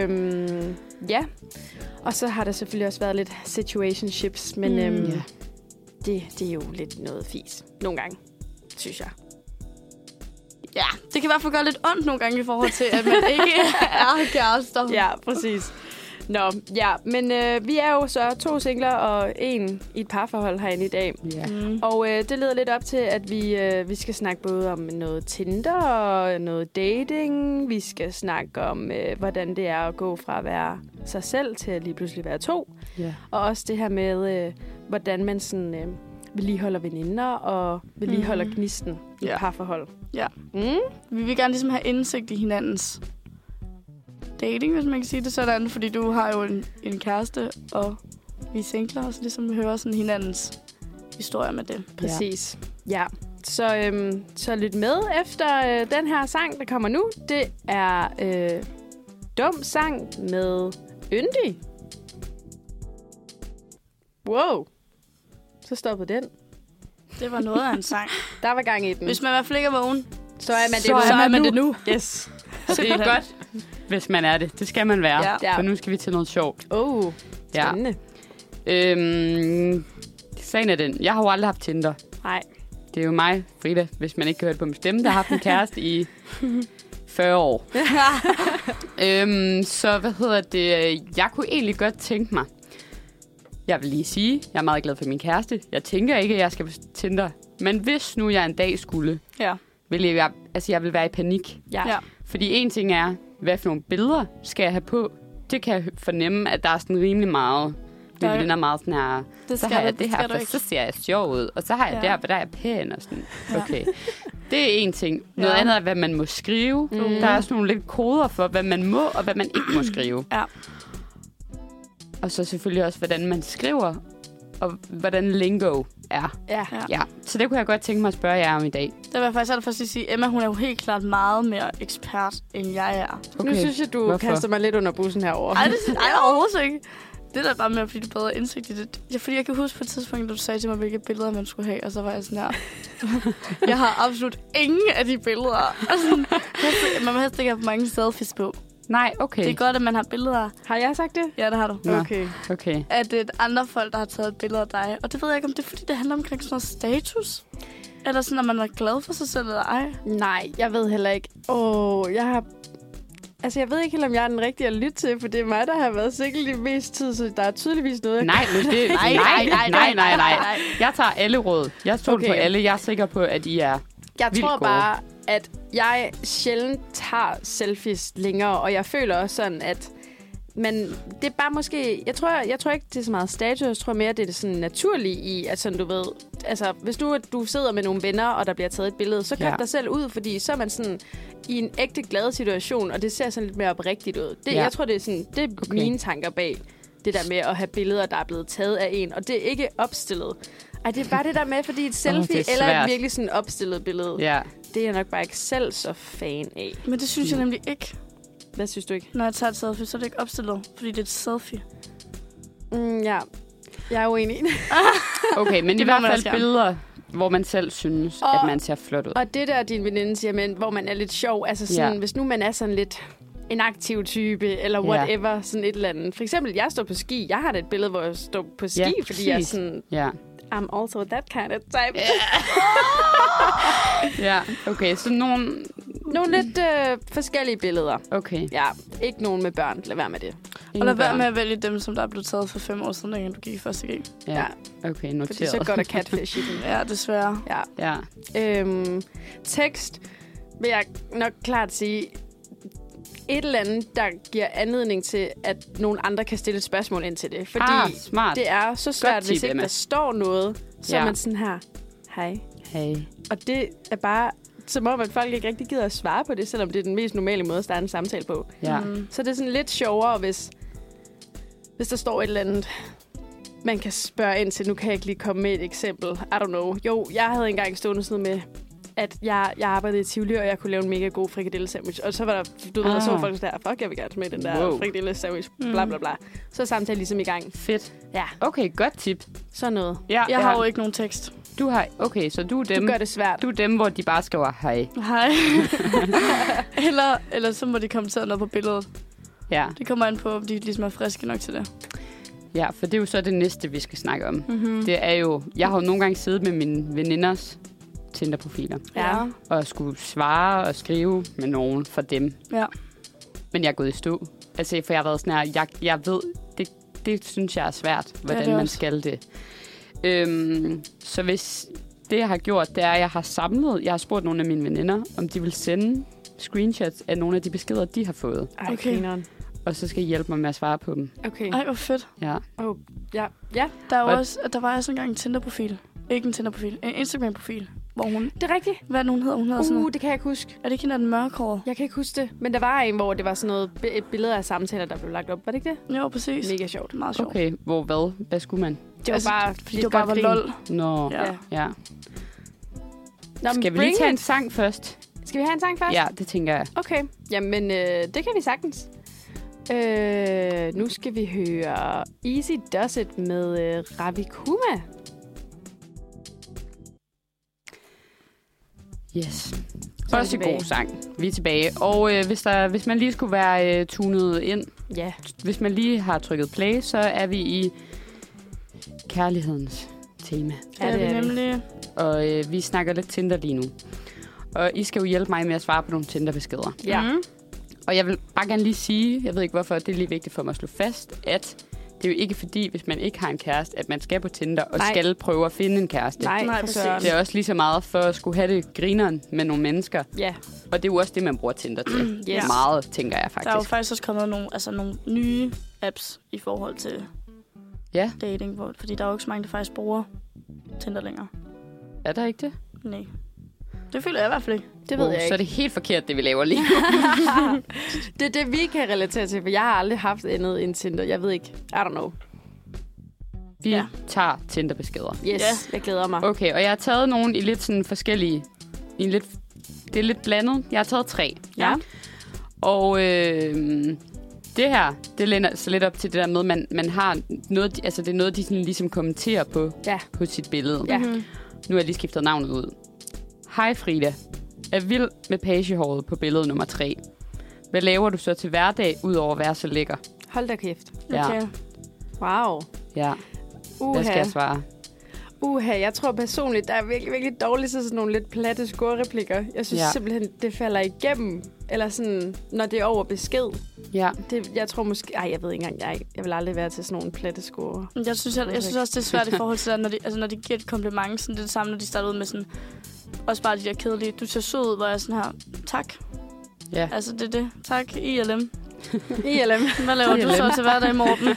Ja. Og så har der selvfølgelig også været lidt situationships, men det er jo lidt noget fis. Nogle gange, synes jeg.
Ja, det kan i hvert fald gøre lidt ondt nogle gange i forhold til, at man ikke er kærester.
Ja, præcis. Nå, ja, men vi er jo så 2 singler og 1 i et parforhold herinde i dag.
Yeah.
Og det leder lidt op til, at vi skal snakke både om noget Tinder og noget dating. Vi skal snakke om, hvordan det er at gå fra at være sig selv til at lige pludselig være 2.
Yeah.
Og også det her med, hvordan man sådan... vedligeholder veninder og vedligeholder gnisten i parforhold.
Ja. Vi vil gerne ligesom have indsigt i hinandens dating, hvis man kan sige det sådan, fordi du har jo en kæreste, og vi er singler, og så ligesom vi hører sådan hinandens historier med det.
Præcis. Ja. Så lyt med efter den her sang, der kommer nu. Det er Dum Sang med Yndig. Wow. Så stoppede den.
Det var noget af en sang.
Der var gang i den.
Hvis man var flækker vågen,
så er man det nu.
Yes. Så det er godt, hvis man er det. Det skal man være. Ja. For nu skal vi til noget sjovt.
Spændende.
Sagen er den. Jeg har jo aldrig haft Tinder.
Nej.
Det er jo mig, Frida, hvis man ikke kan høre det på min stemme, der har haft en kæreste i 40 år. Så jeg kunne egentlig godt tænke mig, jeg vil lige sige, jeg er meget glad for min kæreste. Jeg tænker ikke, at jeg skal på Tinder. Men hvis nu jeg en dag skulle, jeg vil være i panik.
Ja.
Fordi en ting er, hvad for nogle billeder skal jeg have på? Det kan jeg fornemme, at der er sådan rimelig meget. Den er meget sådan her, så har jeg det her, for så ser jeg sjov ud. Og så har jeg der, for der er jeg pæn og sådan. Okay. Det er en ting. Noget andet er, hvad man må skrive. Der er sådan nogle lidt koder for, hvad man må og hvad man ikke må skrive.
Ja.
Og så selvfølgelig også, hvordan man skriver. og hvordan lingo er. Ja. Så det kunne jeg godt tænke mig at spørge jer om i dag.
Det vil jeg faktisk allerførst sige, Emma, hun er jo helt klart meget mere ekspert, end jeg er.
Okay. Nu synes jeg, du kaster mig lidt under bussen herover.
Ej, overhovedet ikke. Det er da bare mere, fordi du bedre indsigt i det. Ja, fordi jeg kan huske på et tidspunkt, da du sagde til mig, hvilke billeder man skulle have, og så var jeg sådan her. Jeg har absolut ingen af de billeder. Altså, man må helst ikke have for mange selfies på.
Nej, okay.
Det er godt, at man har billeder.
Har jeg sagt det?
Ja, det har du.
Okay.
At det er andre folk, der har taget et billede af dig. Og det ved jeg ikke, om det er, fordi det handler omkring sådan noget status. Eller sådan, at man er glad for sig selv, eller ej.
Nej, jeg ved heller ikke. Jeg ved ikke helt, om jeg er den rigtige at lytte til, for det er mig, der har været single i mest tid, så der er tydeligvis noget.
Nej. Jeg tager alle råd. Jeg stoler på alle. Jeg er sikker på, at I er
Jeg tror bare, at jeg sjældent tager selfies længere, og jeg føler også sådan, at det er bare måske... Jeg tror ikke, det er så meget status. Jeg tror mere, det er det sådan naturlige i, at sådan, du ved... Altså, hvis du sidder med nogle venner, og der bliver taget et billede, så køb dig selv ud, fordi så er man sådan i en ægte glad situation, og det ser sådan lidt mere oprigtigt ud. Jeg tror, det er sådan... Det er mine tanker bag det der med at have billeder, der er blevet taget af en, og det er ikke opstillet. Ej, det er bare det der med, fordi et selfie eller et virkelig sådan opstillet billede, det er jeg nok bare ikke selv så fan af.
Men det synes jeg nemlig ikke.
Hvad synes du ikke?
Når jeg tager et selfie, så er det ikke opstillet, fordi det er et selfie.
Ja, jeg er uenig.
Okay, men i hvert fald billeder, hvor man selv synes, at man ser flot ud.
Og det der, din veninde siger, men, hvor man er lidt sjov, altså sådan, hvis nu man er sådan lidt en aktiv type, eller whatever, sådan et eller andet. For eksempel, jeg står på ski. Jeg har da et billede, hvor jeg står på ski, fordi jeg er sådan... I'm also that kind of type.
Ja, okay, så nogle
lidt forskellige billeder.
Okay.
Ja, ikke nogen med børn. Lad være med det.
Og lad være med at vælge dem, som der er blevet taget for 5 år siden, da du gik i første gang.
Ja, okay, noteret.
Fordi så går der catfish i den.
Ja, desværre.
Ja. Tekst vil jeg nok klart sige... Et eller andet, der giver anledning til, at nogle andre kan stille et spørgsmål ind til det. Fordi
smart.
Det er så svært, hvis ikke der står noget, så er man sådan her, hej. Og det er bare, som om, at folk ikke rigtig gider at svare på det, selvom det er den mest normale måde at starte en samtale på.
Ja.
Så det er sådan lidt sjovere, hvis der står et eller andet, man kan spørge ind til. Nu kan jeg ikke lige komme med et eksempel. I don't know. Jo, jeg havde engang stående sådan med... at jeg arbejdede i Tivoli, og jeg kunne lave en mega god frikadelle-sandwich. Og så var der, du ved, så var folk der, fuck, jeg vil gerne smage den der frikadelle-sandwich, bla bla bla. Så er samtalen ligesom i gang.
Fedt.
Ja.
Okay, godt tip.
Sådan noget.
Ja, jeg har jo ikke nogen tekst.
Du har, okay, så du er dem.
Du gør det svært.
Du er dem, hvor de bare skriver hej.
Hej. eller så må de komme til noget på billedet.
Ja.
Det kommer an på, om de ligesom er friske nok til det.
Ja, for det er jo så det næste, vi skal snakke om. Det er jo, jeg har jo nogle gange siddet med mine veninders Tinder-profiler.
Ja.
Og skulle svare og skrive med nogen for dem.
Ja.
Men jeg er gået i stå. Altså, for jeg har været sådan her, jeg ved, det synes jeg er svært, hvordan man skal det. Så hvis det, jeg har gjort, det er, at jeg har spurgt nogle af mine veninder, om de vil sende screenshots af nogle af de beskeder, de har fået.
Okay.
Og så skal I hjælpe mig med at svare på dem.
Okay.
Ej, hvor fedt.
Ja.
Ja.
Der var også engang en Tinder-profil. Ikke en Tinder-profil. En Instagram-profil. Hvor hun...
Det er rigtigt.
Hvad hun hedder? Hun hedder sådan noget.
Det kan jeg ikke huske.
Er det ikke hende, der den mørkhårede?
Jeg kan ikke huske det. Men der var en, hvor det var sådan noget, et billede af samtaler, der blev lagt op. Var det ikke det?
Jo, præcis.
Mega sjovt.
Meget sjovt.
Okay, hvor hvad? Hvad skulle man?
Det var bare,
fordi det bare var lol.
Nå, ja.
Nå,
skal vi lige tage en sang først?
Skal vi have en sang først?
Ja, det tænker jeg.
Okay, jamen det kan vi sagtens. Nu skal vi høre Easy Does It med Ravi Kuma.
Yes. Også god sang. Vi er tilbage. Og hvis man lige skulle være tunet ind, hvis man lige har trykket play, så er vi i kærlighedens tema.
Ja, det er nemlig.
Og vi snakker lidt Tinder lige nu. Og I skal jo hjælpe mig med at svare på nogle Tinder-beskeder.
Ja.
Og jeg vil bare gerne lige sige, jeg ved ikke hvorfor, det er lige vigtigt for mig at slå fast, at det er jo ikke fordi, hvis man ikke har en kæreste, at man skal på Tinder og skal prøve at finde en kæreste.
Nej, præcis.
Det er også lige så meget for at skulle have det grineren med nogle mennesker.
Ja.
Og det er jo også det, man bruger Tinder til. Meget, tænker jeg faktisk.
Der er jo faktisk også kommet nogle nye apps i forhold til dating, fordi der er jo ikke så mange, der faktisk bruger Tinder længere.
Er der ikke det?
Nej. Det føler jeg i hvert fald ikke.
Det ved jeg ikke.
Så er det helt forkert, det vi laver lige.
Det er det, vi kan relatere til, for jeg har aldrig haft andet end Tinder. Jeg ved ikke. I don't know.
Vi tager Tinder-beskeder.
Yes, jeg glæder mig.
Okay, og jeg har taget nogle i lidt sådan forskellige... det er lidt blandet. Jeg har taget 3.
Ja.
Og det her, det lænder så lidt op til det der med, man har noget... Altså, det er noget, de sådan ligesom kommenterer på sit billede.
Ja.
Nu har jeg lige skiftet navnet ud. Hej Frida. Er vild med pagehåret på billede nummer 3. Hvad laver du så til hverdag, udover at være så lækker?
Hold da kæft.
Ja.
Okay.
Wow.
Ja. Hvad skal jeg svare?
Jeg tror personligt, der er virkelig, virkelig dårligt til sådan nogle lidt platte scorereplikker. Jeg synes simpelthen, det falder igennem. Eller sådan, når det er over besked.
Ja.
Jeg tror måske... jeg ved ikke engang. Jeg vil aldrig være til sådan nogle platte score.
Jeg synes også, det er svært i forhold til, når de giver et kompliment. Sådan, det er det samme, når de starter ud med sådan... Også bare de der kedelige. Du ser sød ud, hvor jeg er sådan her... Tak.
Ja.
Altså, det er det. Tak, ILM.
ILM.
Hvad laver du så til hverdag, Morten?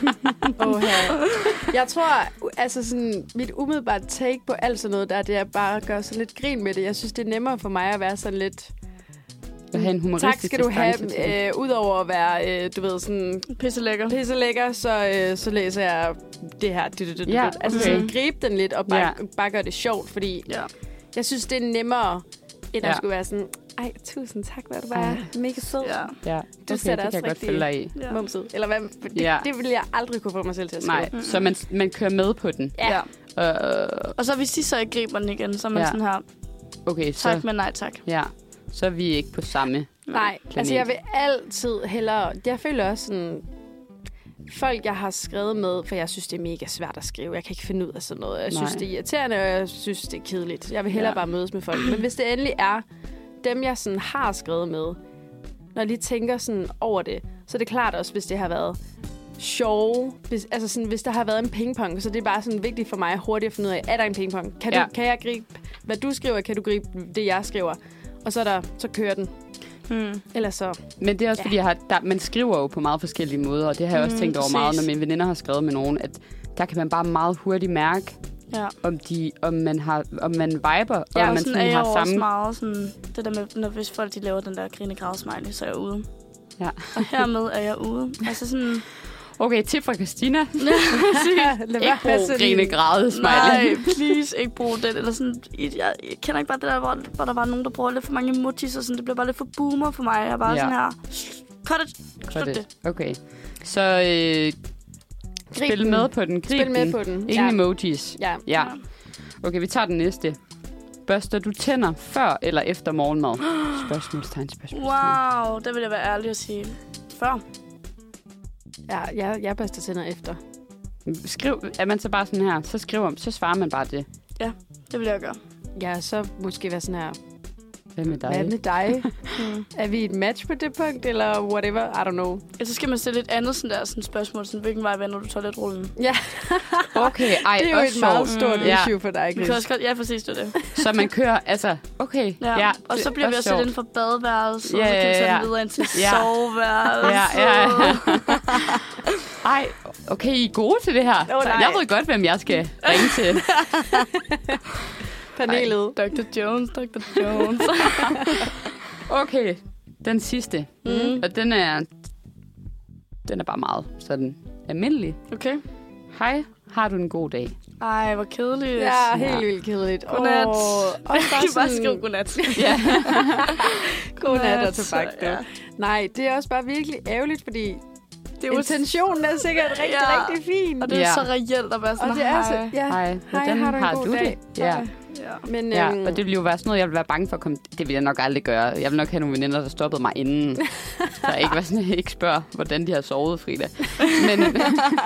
Jeg tror, altså sådan, mit umiddelbart take på alt sådan noget der, det er bare at gøre så lidt grin med det. Jeg synes, det er nemmere for mig at være sådan lidt...
At have en humoristisk
tak skal du have. Udover at være, du ved, sådan... Pisselækker, så læser jeg det her.
Ja, okay.
Altså sådan, gribe den lidt og bare gøre det sjovt, fordi jeg synes, det er nemmere, end at skulle være sådan... Ej, tusind tak, hvor du bare mega sød.
Ja.
Du ser da også rigtig mumset. Eller hvad? Det ville jeg aldrig kunne få mig selv til at skrive.
Nej, så man kører med på den.
Ja. Og så hvis de så ikke griber den igen, så er man sådan her...
Okay,
tak, men nej tak.
Ja, så er vi ikke på samme
Nej,
planet.
altså jeg vil altid hellere... Jeg føler også sådan... Folk, jeg har skrevet med, for jeg synes, det er mega svært at skrive. Jeg kan ikke finde ud af sådan noget. Jeg synes, det er irriterende, og jeg synes, det er kedeligt. Jeg vil hellere bare mødes med folk. Men hvis det endelig er dem, jeg sådan har skrevet med, når jeg lige tænker sådan over det, så er det klart også, hvis det har været sjove. Hvis der har været en pingpong, så det er bare sådan vigtigt for mig hurtigt at finde ud af, er der en pingpong? Kan jeg gribe, hvad du skriver? Kan du gribe det, jeg skriver? Og så kører den. Eller så.
Men det er også fordi, man skriver jo på meget forskellige måder, og det har jeg også tænkt over meget, når mine veninder har skrevet med nogen, at der kan man bare meget hurtigt mærke, om man viber, og om man sådan har samme...
også meget sådan, det der med, hvis folk de laver den der grine-græde-smiley, så er jeg ude.
Ja.
Og hermed er jeg ude. Altså sådan...
Okay, tip fra Christina.
Ikke
brug grine-græde-smiley.
Nej, please, ikke brug den. Eller sådan, jeg kender ikke bare det der, hvor der var nogen, der bruger lidt for mange emojis, og sådan, det bliver bare lidt for boomer for mig. Jeg er bare sådan her, cut it.
Okay, så spil med på den.
Spil med på den.
Ingen emojis.
Ja.
Okay, vi tager den næste. Børster du tænder før eller efter morgenmad? Spørgsmålstegn.
Wow, det vil jeg være ærlig at sige. Før.
Ja, jeg børster tænder efter.
Er man så bare sådan her, så svarer man bare det.
Ja, det vil jeg gøre.
Ja, så måske være sådan her.
Hvad med dig?
Er vi et match på det punkt, eller whatever? I don't know.
Ja, så skal man stille et andet sådan spørgsmål. Sådan, hvilken vej vender du toiletrullen?
Ja.
Okay,
det er jo et meget stort issue for dig, Chris.
Præcis det.
Så man kører, altså, okay.
Ja. Og så bliver vi også inden for badeværelset, og så kan vi sætte videre ind til soveværelset.
Ja. Ej, okay, I er gode til det her. Jeg ved godt, hvem jeg skal ringe til.
Panelet.
Dr. Jones.
Okay, den sidste. Og den er bare meget sådan almindelig.
Okay.
Hej, har du en god dag?
Ej, hvor kedeligt.
Ja, helt vildt kedeligt.
Godnat. Jeg kan bare skrive godnat.
Ja.
Godnat og tobak. Ja. Nej, det er også bare virkelig ærgerligt, fordi intentionen er sikkert rigtig fin.
Og det er så reelt at være sådan,
og det er så,
hej,
har du en god dag?
Ja.
Men,
og det ville jo være sådan noget, jeg ville være bange for at komme... Det ville jeg nok aldrig gøre. Jeg vil nok have nogle veninder, der stoppede mig inden. Så jeg ikke var sådan, jeg ikke spørger, hvordan de har sovet, Frida. Men...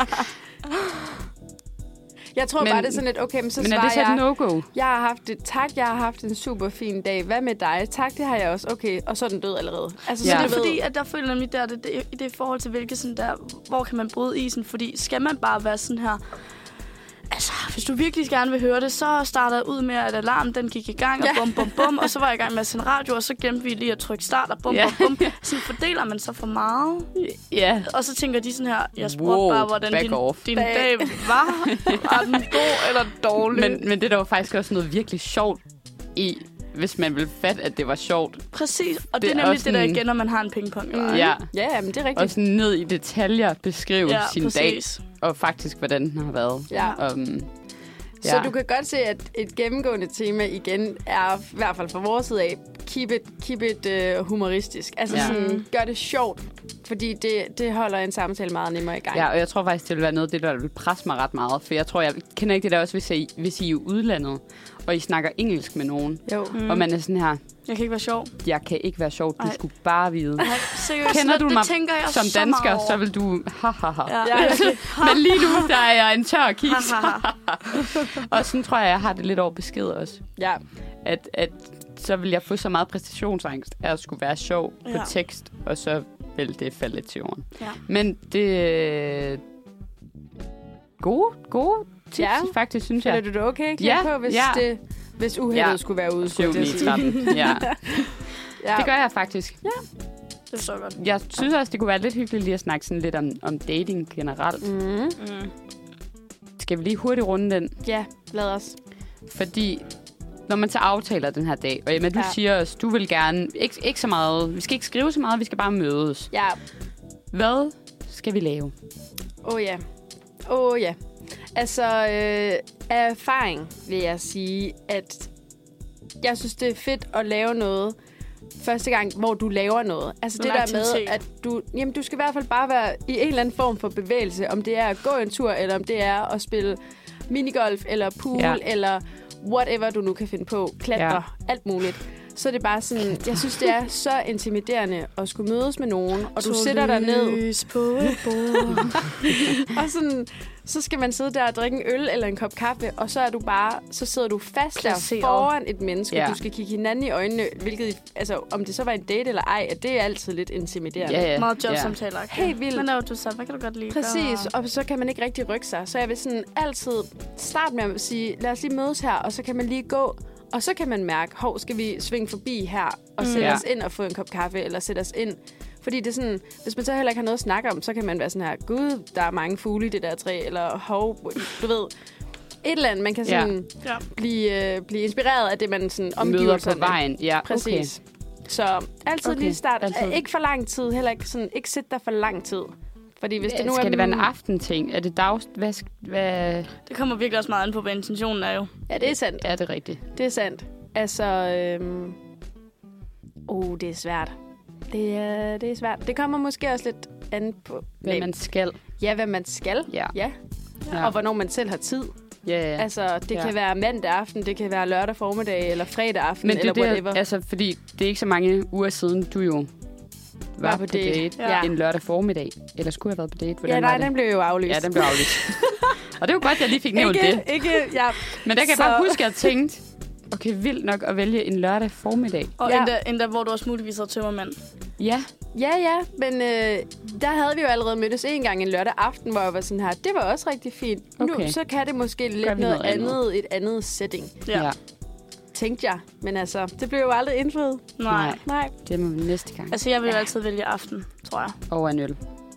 Jeg tror bare, det er sådan lidt, okay, men så svarer
jeg... Men er det så et no-go?
Jeg har haft en super fin dag. Hvad med dig? Tak, det har jeg også. Okay, og så er den død allerede. Altså,
så det er fordi, at der føler nemlig der, det er i forhold til, hvilke sådan der, hvor kan man bryde isen? Fordi skal man bare være sådan her... Altså, hvis du virkelig gerne vil høre det, så starter jeg ud med, at alarmen den gik i gang, og bum, og så var jeg i gang med at sende radio, og så glemte vi lige at trykke start, og bum. Så fordeler man så for meget.
Ja.
Og så tænker de sådan her, jeg spurgte bare, hvordan din dag var. Var den god eller dårlig?
Men det der var faktisk også noget virkelig sjovt i, hvis man vil fatte, at det var sjovt.
Præcis, og det er nemlig det der igen, når man har en pingpong.
Ja,
men det er rigtigt.
Og sådan ned i detaljer beskrive sin
præcis.
dag, og faktisk, hvordan den har været.
Ja. Så du kan godt se, at et gennemgående tema igen er, i hvert fald fra vores side af, keep it humoristisk. Altså sådan, gør det sjovt, fordi det holder en samtale meget nemmere i gang.
Ja, og jeg tror faktisk, det vil være noget af det, der vil presse mig ret meget. For jeg tror, jeg kender ikke det der også, hvis I er udlandet, og I snakker engelsk med nogen.
Jo.
Og man er sådan her...
Jeg kan ikke være sjov.
Jeg kan ikke være sjov. Du skulle bare vide.
Ej, seriøst,
kender du mig som dansker, så vil du... Men lige nu, der er jeg en tør kis. Og sådan tror jeg har det lidt over besked også.
Ja.
At så vil jeg få så meget præstationsangst af at skulle være sjov på tekst, og så vil det falde lidt til jorden. Ja. Men det... Gode tips, faktisk, synes jeg.
Føler du det okay? På, hvis uheldet skulle være ude.
7-9-13. Ja. Det gør jeg faktisk.
Ja. Det er så godt.
Jeg synes også, det kunne være lidt hyggeligt lige at snakke sådan lidt om dating generelt. Skal vi lige hurtigt runde den?
Ja, lad os.
Fordi når man så aftaler den her dag, og Emma, du siger os, du vil gerne, ikke så meget, vi skal ikke skrive så meget, vi skal bare mødes.
Ja.
Hvad skal vi lave?
Ja. Altså, af erfaring vil jeg sige, at jeg synes, det er fedt at lave noget første gang, hvor du laver noget. Altså det der med, at du skal i hvert fald bare være i en eller anden form for bevægelse, om det er at gå en tur, eller om det er at spille minigolf, eller pool, eller whatever du nu kan finde på, klatre, alt muligt. Så er det bare sådan, jeg synes, det er så intimiderende at skulle mødes med nogen, og du sætter dig ned
på et bord.
og sådan, så skal man sidde der og drikke en øl eller en kop kaffe, og så er du bare, så sidder du fast der foran et menneske. Du skal kigge hinanden i øjnene, hvilket, altså om det så var en date eller ej, at det er altid lidt intimiderende.
Meget jobsamtaler.
Helt vildt.
Men laver du så, hvad kan du godt lide?
Præcis, og så kan man ikke rigtig rykke sig. Så jeg vil sådan altid starte med at sige, lad os lige mødes her, og så kan man lige gå. Og så kan man mærke, skal vi svinge forbi her og sætte os ind og få en kop kaffe, eller sætte os ind. Fordi det er sådan, hvis man så heller ikke har noget at snakke om, så kan man være sådan her, gud, der er mange fugle i det der træ, eller du ved, et eller andet. Man kan sådan blive inspireret af det, man sådan omgiver sig
på vejen. Ja,
præcis. Okay. Så altid lige start. Ikke for lang tid, heller ikke sådan, ikke sæt der for lang tid. Fordi hvis det nu
skal det være en aftenting? Er det dags? Hvad?
Det kommer virkelig også meget an på, hvad intentionen er jo.
Ja, det er sandt.
Ja, det er rigtigt.
Det er sandt. Altså, det er svært. Det er svært. Det kommer måske også lidt an på...
Hvad man skal.
Ja, hvad man skal. Ja. Og hvornår man selv har tid.
Ja.
Altså, det kan være mandag aften, det kan være lørdag formiddag, eller fredag aften, eller whatever.
Altså, fordi det er ikke så mange uger siden, du jo var på date en lørdag formiddag. Eller skulle have været på date? Hvordan
den blev jo aflyst.
Ja, den blev aflyst. Og det var godt, at jeg lige fik nævnt det. Men der kan jeg bare huske, at jeg tænkte, okay, vildt nok at vælge en lørdag formiddag.
Og endda hvor du også muligvis havde tømmermand.
Ja.
Ja, men der havde vi jo allerede mødtes en gang en lørdag aften, hvor jeg var sådan her, det var også rigtig fint. Okay. Nu så kan det måske lidt noget andet, et andet setting.
Ja.
Tænkte jeg, men altså, det blev jo aldrig indfriet.
Nej.
Det må vi næste gang.
Altså, jeg vil jo altid vælge aften, tror jeg.
Over en øl.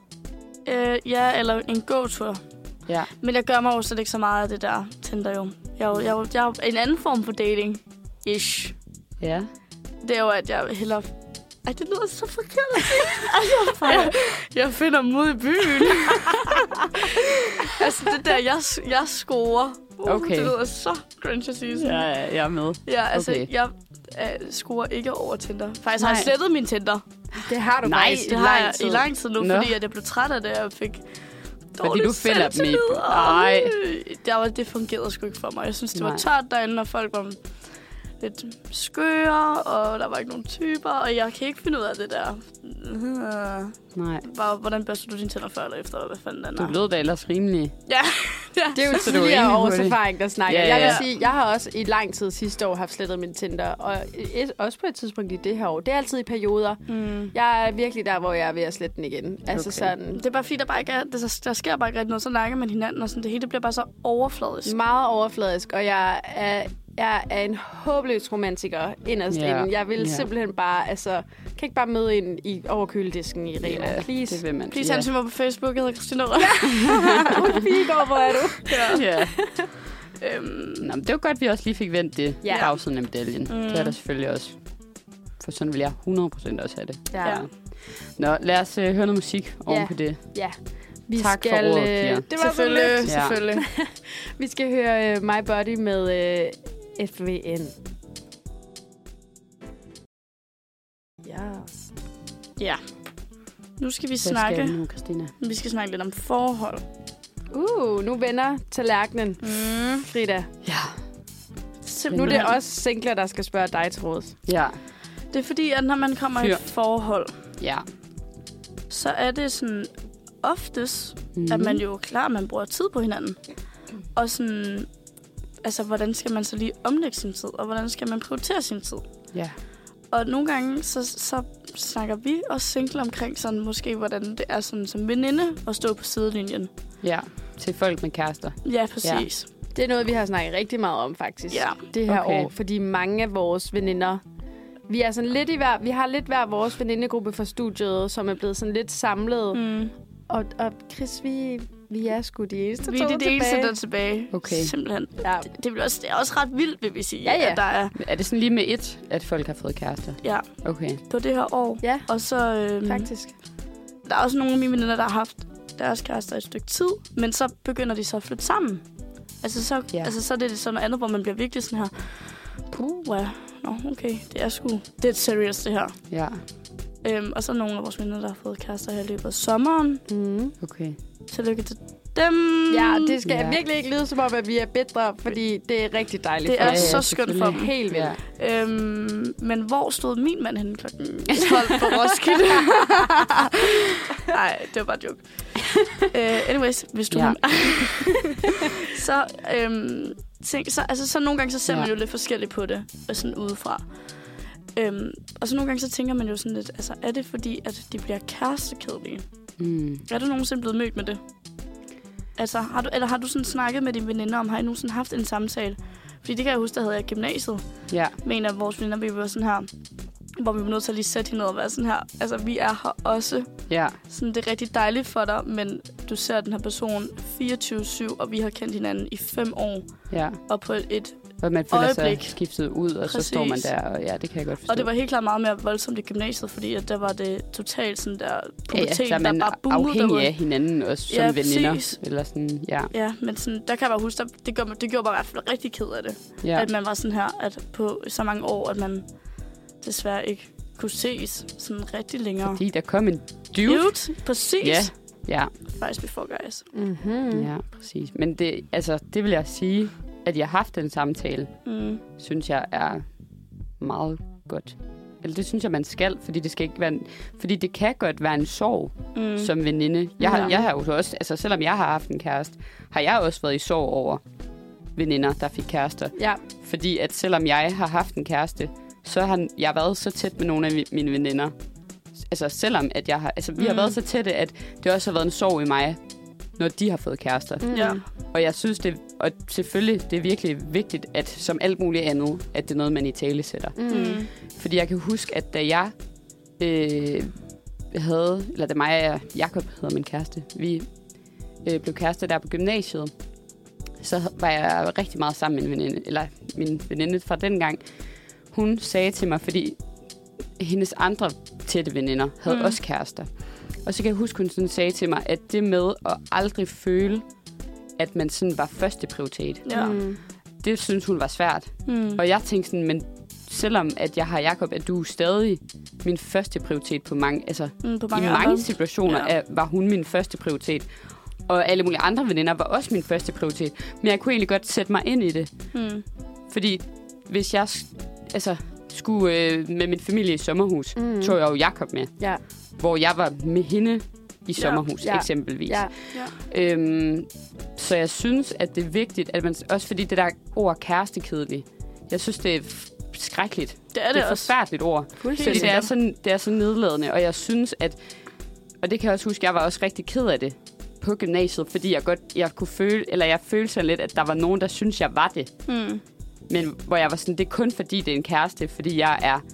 Eller en gåtur.
Ja. Men
jeg gør mig jo slet ikke så meget af det der Tinder jo. Jeg er en anden form for dating-ish.
Ja.
Det er jo, at jeg hellere... Ej, det lyder så forkert at sige. Jeg finder mod i byen. Altså, det der, jeg scorer.
Okay.
Det lyder så cringe at sige sådan.
Ja, jeg er med.
Ja, altså, jeg scorer ikke over Tinder. Faktisk har jeg slettet min Tinder.
Det har du faktisk
det har jeg i lang tid nu, fordi at jeg blev træt af det, og fik
fordi du finder dem i...
Nej. Det fungerede sgu ikke for mig. Jeg synes, det var tørt derinde, og folk var lidt skøre, og der var ikke nogen typer, og jeg kan ikke finde ud af det der.
Nej.
Bare, hvordan børster du dine tænder før eller efter, hvad fanden den er?
Du lød da ellers rimelig.
Ja.
Det er jo tidligere års erfaring, der snakker. Ja. Jeg vil sige, jeg har også i lang tid sidste år haft slettet min Tinder, og også på et tidspunkt i det her år. Det er altid i perioder. Jeg er virkelig der, hvor jeg er ved at slette den igen. Altså sådan.
Det er bare fordi, der bare ikke er, der sker bare ikke rigtig noget, så nakker man hinanden, og sådan, det hele bliver bare så overfladisk.
Meget overfladisk, og jeg er en håbløs romantiker inderst inden. Jeg vil simpelthen bare, kan ikke bare møde ind i overkøledisken i Rema. Please.
Det vil man.
Please ansøg mig på Facebook, jeg hedder Christina Rød.
Hvor er du?
Ja.
Nå, men det var godt, at vi også lige fik vendt det bagsiden af medaljen. Det er der selvfølgelig også. For sådan vil jeg 100% også have det.
Ja.
Nå, lad os høre noget musik oven på det.
Ja.
Tak for ordet, Pia.
Det var selvfølgelig.
Vi skal høre My Body med FVN. Yes.
Ja. Nu skal vi
Vi
skal snakke lidt om forhold.
Nu vender tallerkenen, Frida.
Ja.
Nu er det også singler, der skal spørge dig til råds.
Ja.
Det er fordi, at når man kommer i et forhold, så er det sådan oftest, at man jo er klar, at man bruger tid på hinanden. Og sådan, altså, hvordan skal man så lige omlægge sin tid, og hvordan skal man prioritere sin tid?
Ja.
Og nogle gange, så snakker vi også singler omkring sådan, måske, hvordan det er sådan, som veninde at stå på sidelinjen.
Ja, til folk med kærester.
Ja, præcis.
Ja. Det er noget, vi har snakket rigtig meget om, faktisk, det her år. Fordi mange af vores veninder, vi er sådan lidt vi har lidt hver vores venindegruppe fra studiet, som er blevet sådan lidt samlet. Og Chris, vi er sgu de eneste
Vi er de eneste, der er tilbage.
Okay.
Simpelthen. Ja. Det er også ret vildt, vil vi sige.
Ja.
At der
er det sådan lige med et, at folk har fået kærester?
Ja.
Okay.
På det her år.
Ja,
og så,
faktisk.
Der er også nogle af mine veninder, der har haft deres kærester et stykke tid, men så begynder de så at flytte sammen. Altså så er det sådan noget andet, hvor man bliver virkelig sådan her, okay, det er et serious, det her.
Ja.
Og så nogle af vores veninder, der har fået kærester her i løbet af sommeren.
Okay.
Tillykke til dem.
Ja, det skal virkelig ikke lyde som om, at vi er bedre, fordi det er rigtig dejligt.
Det er så skønt for dem.
Helt vildt.
Ja. Men hvor stod min mand henne klokken 12 på Roskilde? Nej, det var bare joke. Anyways, hvis du... så nogle gange så ser man jo lidt forskelligt på det, sådan udefra. Og så nogle gange så tænker man jo sådan lidt, altså er det fordi, at de bliver kærestekedelige? Er du nogensinde blevet mødt med det? Altså, har du sådan snakket med dine veninder om, har I nogensinde haft en samtale? Fordi det kan jeg huske, der havde jeg i gymnasiet. Ja. Med en af vores veninder, vi var sådan her, hvor vi var nødt til at lige sætte hende ned og være sådan her. Altså, vi er her også. Ja. Sådan, det er rigtig dejligt for dig, men du ser den her person 24/7, og vi har kendt hinanden i 5 år. Ja. Og på et
og man føler sig skiftet ud, og så står man der, og det kan jeg godt forstå.
Og det var helt klart meget mere voldsomt i gymnasiet, fordi at der var det totalt sådan der pubertet,
så
der bare boomede
afhængig derude af hinanden, også som veninder. Eller sådan,
ja, men sådan, der kan jeg bare huske, det gjorde mig i hvert fald rigtig ked af det. Ja. At man var sådan her, at på så mange år, at man desværre ikke kunne ses sådan rigtig længere.
Fordi der kom en dude.
Præcis.
Ja.
Faktisk before guys.
Ja, præcis. Men det vil jeg sige, at jeg har haft den samtale, synes jeg er meget godt. Eller det synes jeg, man skal, fordi det skal ikke være fordi det kan godt være en sorg som veninde. Jeg har jo også, altså selvom jeg har haft en kæreste, har jeg også været i sorg over veninder, der fik kærester. Ja. Fordi at selvom jeg har haft en kæreste, så har jeg været så tæt med nogle af mine veninder. Altså selvom at jeg har, vi har været så tætte, at det også har været en sorg i mig, når de har fået kærester. Ja. Og jeg synes, og selvfølgelig, det er virkelig vigtigt, at som alt muligt andet, at det er noget, man i tale sætter. Fordi jeg kan huske, at da jeg da mig og Jakob hedder min kæreste, vi blev kærester der på gymnasiet, så var jeg rigtig meget sammen med min veninde fra dengang. Hun sagde til mig, fordi hendes andre tætte veninder havde også kærester. Og så kan jeg huske, hun sådan sagde til mig, at det med at aldrig føle, at man sådan var første prioritet, det synes hun var svært. Og jeg tænkte sådan, men selvom at jeg har Jakob, at du er stadig min første prioritet på mange, i mange situationer var hun min første prioritet. Og alle mulige andre veninder var også min første prioritet. Men jeg kunne egentlig godt sætte mig ind i det. Fordi hvis jeg skulle med min familie i sommerhus, tog jeg jo Jakob med. Ja. Hvor jeg var med hende i sommerhus, eksempelvis. Ja. Så jeg synes, at det er vigtigt, at man også fordi det der ord kærestekedelig, jeg synes, det er skrækkeligt. Det er et forfærdeligt ord. Fordi det er så nedladende, og jeg synes, og det kan jeg også huske, jeg var også rigtig ked af det på gymnasiet, fordi jeg kunne føle, eller jeg følte så lidt, at der var nogen, der syntes, jeg var det. Men hvor jeg var sådan, det er kun fordi, det er en kæreste, fordi jeg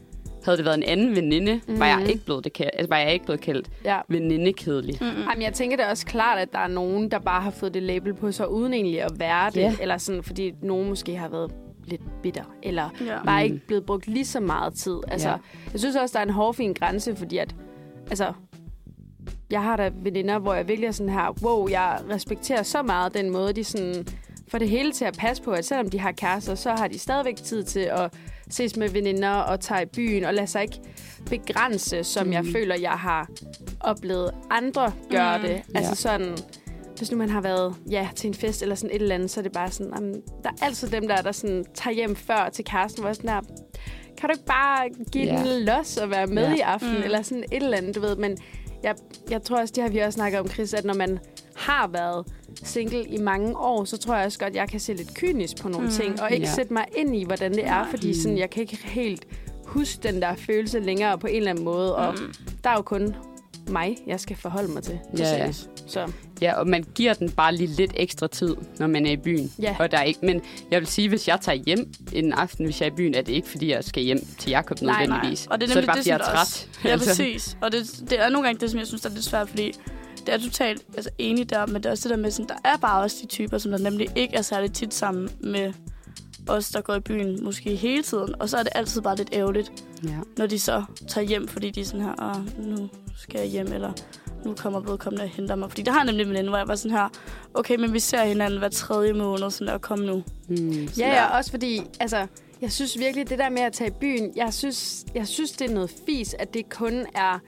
Havde det været en anden veninde, var jeg ikke blevet kaldt venindekedelig.
Jamen, jeg tænker det er også klart, at der er nogen, der bare har fået det label på sig, uden egentlig at være det. Eller sådan, fordi nogen måske har været lidt bitter, eller bare ikke blevet brugt lige så meget tid. Altså, jeg synes også, der er en hårfin grænse, fordi at, altså, jeg har da veninder, hvor jeg virkelig er sådan her, wow, jeg respekterer så meget den måde, de sådan får det hele til at passe på, at selvom de har kærester, så har de stadigvæk tid til at ses med veninder og tage i byen, og lade sig ikke begrænse, som jeg føler, jeg har oplevet andre gøre det. Altså sådan, hvis nu man har været til en fest eller sådan et eller andet, så er det bare sådan, der er altid dem, der sådan, tager hjem før til kæresten, hvor sådan her, kan du ikke bare give den los og være med i aften, eller sådan et eller andet, du ved. Men jeg tror også, det har vi også snakket om, Chris, at når man har været single i mange år, så tror jeg også godt, at jeg kan se lidt kynisk på nogle ting, og ikke sætte mig ind i, hvordan det er, fordi sådan, jeg kan ikke helt huske den der følelse længere på en eller anden måde, og der er jo kun mig, jeg skal forholde mig til. Så.
Ja, og man giver den bare lige lidt ekstra tid, når man er i byen. Ja. Og der er ikke, men jeg vil sige, hvis jeg tager hjem en aften, hvis jeg er i byen, er det ikke, fordi jeg skal hjem til Jakob nødvendigvis.
Og det er
så er det bare, fordi jeg er træt.
Ja, præcis. Og det er nogle gange det, som jeg synes, der er lidt svært, fordi det er totalt enig der, men det er også det der med, sådan, der er bare også de typer, som der nemlig ikke er særlig tit sammen med os, der går i byen måske hele tiden. Og så er det altid bare lidt ærgerligt, når de så tager hjem, fordi de er sådan her, nu skal jeg hjem, eller nu kommer vedkommende og henter mig. Fordi der har nemlig en veninde, hvor jeg var sådan her, okay, men vi ser hinanden hver 3. måned, sådan der, kom nu.
Også fordi, altså, jeg synes virkelig, det der med at tage i byen, jeg synes det er noget fis, at det kun er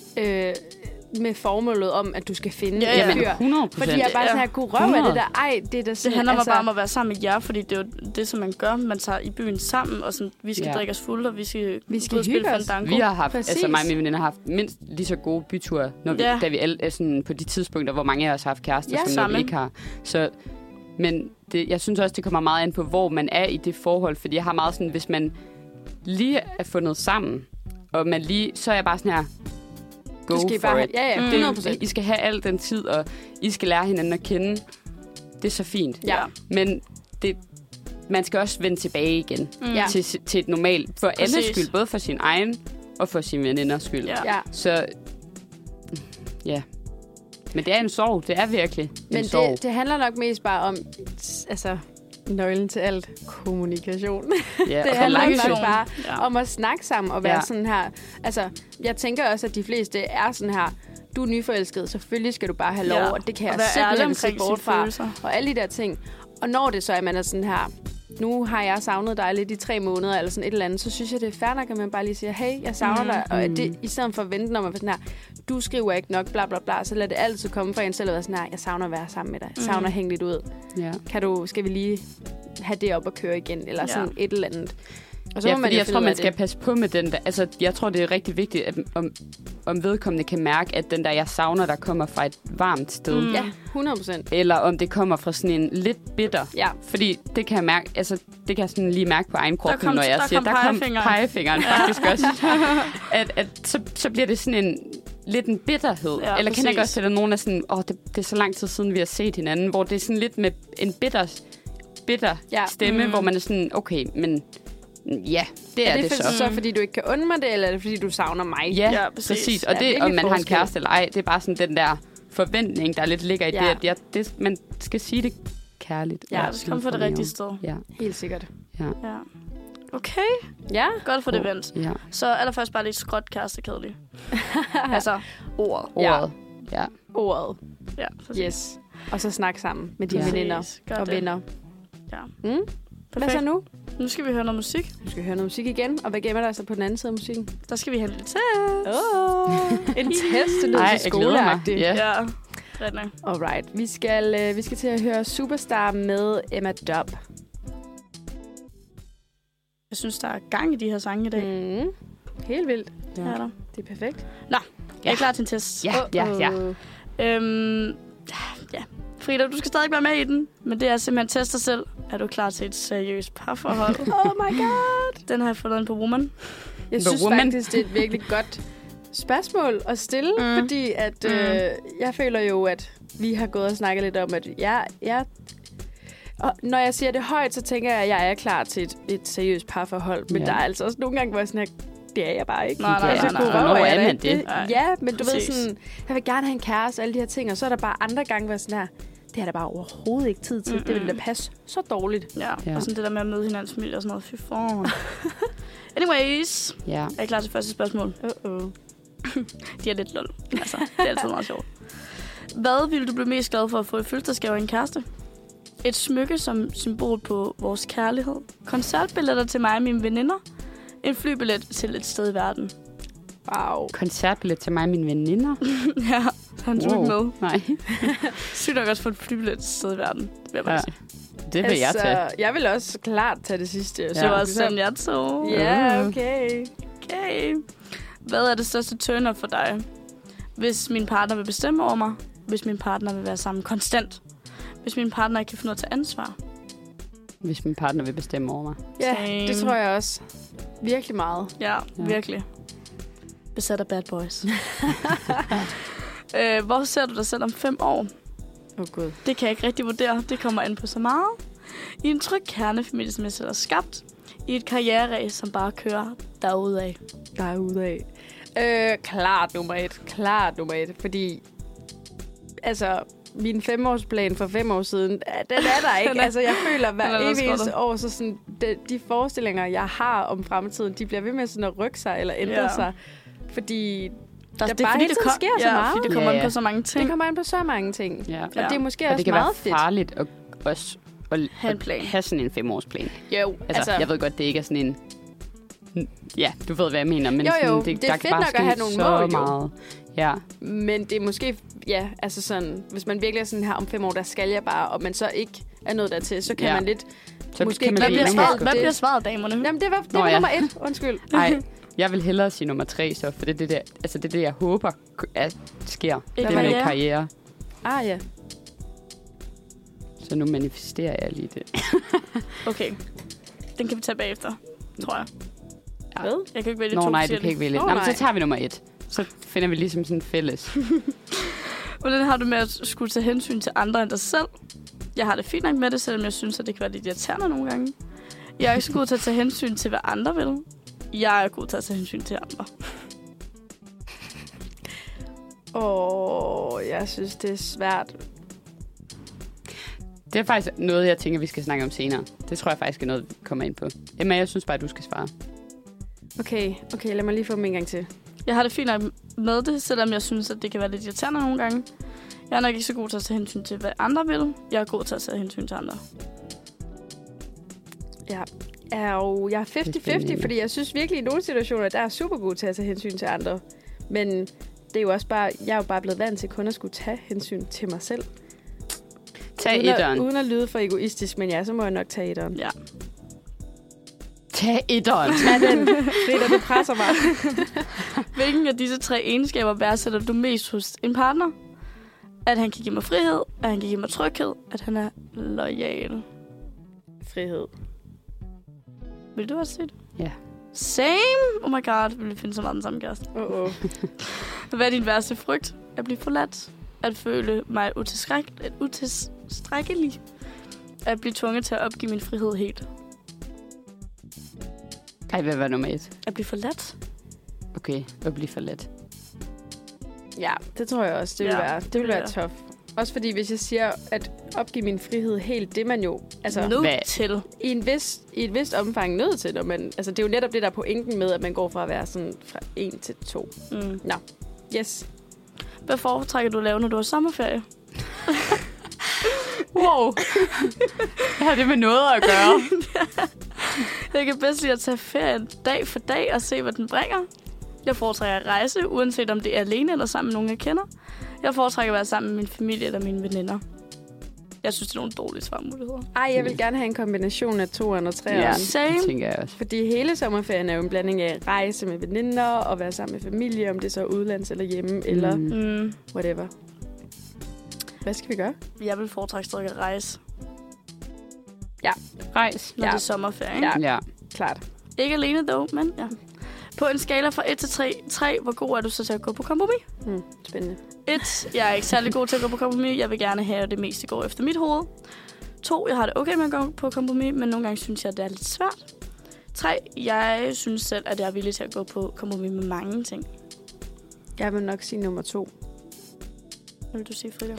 med formålet om, at du skal finde en fyr.
100%.
Fordi jeg er bare sådan her, god røv af det der. Det
handler altså bare om at være sammen med jer, fordi det er jo det, som man gør. Man tager i byen sammen, og sådan, vi skal drikke os fulde, og vi skal spille fandango.
Vi har haft, altså mig og mine veninder har haft mindst lige så gode byture, da vi er sådan på de tidspunkter, hvor mange af os har haft kærester, som når vi ikke har. Så, men jeg synes også, det kommer meget an på, hvor man er i det forhold, fordi jeg har meget sådan, hvis man lige er fundet sammen, og man lige, så er jeg bare sådan her, go for
bare
it.
Ja, 100%.
I skal have al den tid, og I skal lære hinanden at kende. Det er så fint.
Ja.
Men man skal også vende tilbage igen til et normalt, for alles skyld, både for sin egen og for sin veninders skyld.
Ja.
Så men det er en sorg. Det er virkelig en sorg.
Men det handler nok mest bare om, altså, nøglen til alt, kommunikation.
Ja,
det handler nok bare om at snakke sammen og være sådan her. Altså, jeg tænker også, at de fleste er sådan her, du er nyforelsket, selvfølgelig skal du bare have lov, og det kan jeg simpelthen se bort fra. Og alle de der ting. Og når det så er, man er sådan her, nu har jeg savnet dig lidt i 3 måneder, eller sådan et eller andet, så synes jeg, det er fair nok, at man bare lige siger, hey, jeg savner dig, og det, i stedet for at vente, når man er sådan her, du skriver ikke nok, bla bla bla, så lad det altid komme fra en selv, og være sådan her, jeg savner at være sammen med dig, jeg savner at hænge lidt ud. Skal vi lige have det op og køre igen, eller sådan et eller andet. Og så
fordi jeg tror, man skal passe på med den der. Altså, jeg tror, det er rigtig vigtigt, at om vedkommende kan mærke, at den der, jeg savner, der kommer fra et varmt sted.
Ja, 100%.
Eller om det kommer fra sådan en lidt bitter. Ja. Fordi det kan jeg mærke, altså, det kan jeg sådan lige mærke på egen krop, når jeg siger, der kom pegefingeren faktisk også. Så bliver det sådan en lidt en bitterhed. Ja, eller kan jeg også sætte nogen af sådan, det er så lang tid siden, vi har set hinanden, hvor det er sådan lidt med en bitter stemme, hvor man er sådan, okay, men ja, det er det så.
Så fordi du ikke kan undre mig det, eller er det fordi du savner mig?
Ja, præcis. Og det, om man har en kæreste eller ej, det er bare sådan den der forventning, der lidt ligger i det, at man skal sige det kærligt.
Ja, det skal komme fra det rigtige sted.
Ja, helt sikkert.
Ja.
Okay.
Ja.
Godt for det vendt. Ja. Så allerførst bare lidt skråt kærestekedeligt. Altså, ordet.
Ja.
Ordet.
Ja,
yes. Og så snakke sammen med dine veninder og venner.
Ja.
Hvad så nu?
Nu skal vi høre noget musik.
Nu skal vi høre noget musik igen. Og hvad gemmer der så på den anden side af musikken?
Der skal vi have lidt test.
En test, det lyder så skoleagtigt.
Ja. Rigtig.
Alright. Vi skal til at høre Superstar med Emma Dobb.
Jeg synes, der er gang i de her sange i dag.
Helt vildt.
Ja. Det
er perfekt.
Nå, jeg er klar til en test.
Ja.
Frida, du skal stadig være med i den, men det er simpelthen test dig selv. Er du klar til et seriøst parforhold?
Oh my god!
Den har jeg fået ind på Woman.
Jeg synes faktisk, det er et virkelig godt spørgsmål at stille, fordi at jeg føler jo, at vi har gået og snakket lidt om, at og når jeg siger det højt, så tænker jeg, at jeg er klar til et seriøst parforhold. Men der er altså også nogle gange, hvor jeg sådan her, det er jeg bare ikke.
Nej,
Hvornår er man det?
Ja, men du
Præcis.
ved sådan, jeg vil gerne have en kæreste og alle de her ting, og så er der bare andre gange, hvor jeg sådan her, det har der bare overhovedet ikke tid til. Det vil da passe så dårligt.
Ja, og sådan det der med at møde hinandens familie og sådan noget. Fy foran. Anyways.
Ja.
Er I klar til første spørgsmål? De er lidt lol. Altså, det er altid meget sjovt. Hvad ville du blive mest glad for at få i fødselsdagsgave af en kæreste? Et smykke som symbol på vores kærlighed. Koncertbilletter til mig og mine veninder. En flybillet til et sted i verden.
Wow.
Koncertbillet til mig og mine veninder.
Ja, han tog ikke med.
Nej.
Sygt nok også få et flybillet til et sted i verden. Det vil jeg bare sige.
Det vil jeg tage.
Jeg vil også klart tage det sidste.
Så var sådan, jeg tog.
Ja, okay.
Hvad er det største turn-up for dig? Hvis min partner vil bestemme over mig. Hvis min partner vil være sammen konstant. Hvis min partner ikke kan finde noget til ansvar.
Hvis min partner vil bestemme over mig.
Ja,
Same.
det tror jeg også. Virkelig meget.
Ja, virkelig. Besat af bad boys. Hvor ser du dig selv om 5 år?
Gud.
Det kan jeg ikke rigtig vurdere. Det kommer an på så meget. I en tryg kernefamilie, som jeg selv har skabt. I et karriereræs, som bare kører derudad.
Klart nummer et. Fordi, altså, min 5-årsplan for 5 år siden, den er der ikke. Altså, jeg føler hver evig år, så sådan, de forestillinger, jeg har om fremtiden, de bliver ved med sådan at rykke sig eller ændre sig. Fordi der bare hele tiden sker så meget.
Fordi det kommer an på så mange ting.
Det kommer an på så mange ting.
Ja.
Og det er måske
og
også
det kan
meget
være
fedt.
farligt at også at
have
sådan en 5-årsplan.
Jo,
altså, jeg ved godt, det ikke er sådan en... Ja, du ved, hvad jeg mener. Men
jo,
sådan,
det
der
er
kan
fedt
bare
nok at have nogle mål,
meget. Ja.
Men det er måske, ja, altså sådan, hvis man virkelig er sådan her om 5 år, der skal jeg bare, og man så ikke er noget dertil, så kan man lidt...
Så
måske
kan man
hvad bliver svaret, damerne?
Jamen, det var nummer 1. Undskyld.
Nej, jeg vil hellere sige nummer 3, så, for det er det, jeg håber at sker.
Ikke
det med karriere.
Ja.
Så nu manifesterer jeg lige det.
Okay. Den kan vi tage bagefter, tror jeg.
Hvad?
Jeg kan ikke vælge
nej, du kan ikke vælge. Nå, men så tager vi nummer 1. Så finder vi ligesom sådan fælles.
Hvordan har du med at skulle tage hensyn til andre end dig selv? Jeg har det fint nok med det, selvom jeg synes, at det kan være lidt irriterende nogle gange. Jeg er ikke så god til at tage hensyn til, hvad andre vil. Jeg er god til at tage hensyn til andre.
Jeg synes, det er svært.
Det er faktisk noget, jeg tænker, vi skal snakke om senere. Det tror jeg faktisk er noget, vi kommer ind på. Emma, jeg synes bare, at du skal svare.
Okay, lad mig lige få dem en gang til.
Jeg har det fint nok med det, selvom jeg synes, at det kan være lidt irriterende nogle gange. Jeg er nok ikke så god til at tage hensyn til, hvad andre vil. Jeg er god til at tage hensyn til andre.
Ja. Jeg er 50-50, fordi jeg synes virkelig, i nogle situationer, der er super god til at tage hensyn til andre. Men det er jo også bare, jeg er jo bare blevet vant til kun at skulle tage hensyn til mig selv.
Tag etteren.
Uden at lyde for egoistisk, men ja, så må jeg nok tage etteren.
Ja.
Tag etteren.
Tag den. Frida, du presser mig.
Hvilken af disse 3 egenskaber værdsætter du mest hos en partner? At han kan give mig frihed, at han kan give mig tryghed, at han er loyal.
Frihed.
Vil du også sige det?
Ja.
Same! Oh my god, vil vi finde så meget den samme kæreste. Hvad er din værste frygt? At blive forladt. At føle mig utilstrækkelig. At blive tvunget til at opgive min frihed helt.
Ej, hvad var nummer 1?
At blive forladt.
Okay, at blive forladt.
Ja, det tror jeg også. Det vil være tough. Også fordi, hvis jeg siger, at opgive min frihed helt, det er man jo
nødt til.
I et vist omfang nødt til. Altså, det er jo netop det, der er pointen med, at man går fra at være sådan fra 1 til 2. Nå, yes.
Hvad foretrækker du at lave, når du har sommerferie?
Wow. Hvad har det med noget at gøre?
Jeg kan bedst lide at tage ferie dag for dag og se, hvad den bringer. Jeg foretrækker at rejse, uanset om det er alene eller sammen med nogen, jeg kender. Jeg foretrækker at være sammen med min familie eller mine veninder. Jeg synes, det er nogle dårlige svarmuligheder.
Jeg vil gerne have en kombination af 2'eren og 3'eren.
Ja, det tænker jeg også.
Fordi hele sommerferien er jo en blanding af rejse med veninder og være sammen med familie, om det så er udlands eller hjemme eller whatever. Hvad skal vi gøre?
Jeg vil foretrække stadig at rejse.
Ja.
Rejs.
Når det er sommerferie, ikke?
Ja,
klart.
Ikke alene dog, men ja. På en skala fra 1 til 3, hvor god er du så til at gå på kompromis?
Spændende.
1. Jeg er ikke særlig god til at gå på kompromis. Jeg vil gerne have, at det meste går efter mit hoved. 2. Jeg har det okay med at gå på kompromis, men nogle gange synes jeg, at det er lidt svært. 3. Jeg synes selv, at jeg er villig til at gå på kompromis med mange ting.
Jeg vil nok sige nummer 2.
Hvad vil du sige, Frida?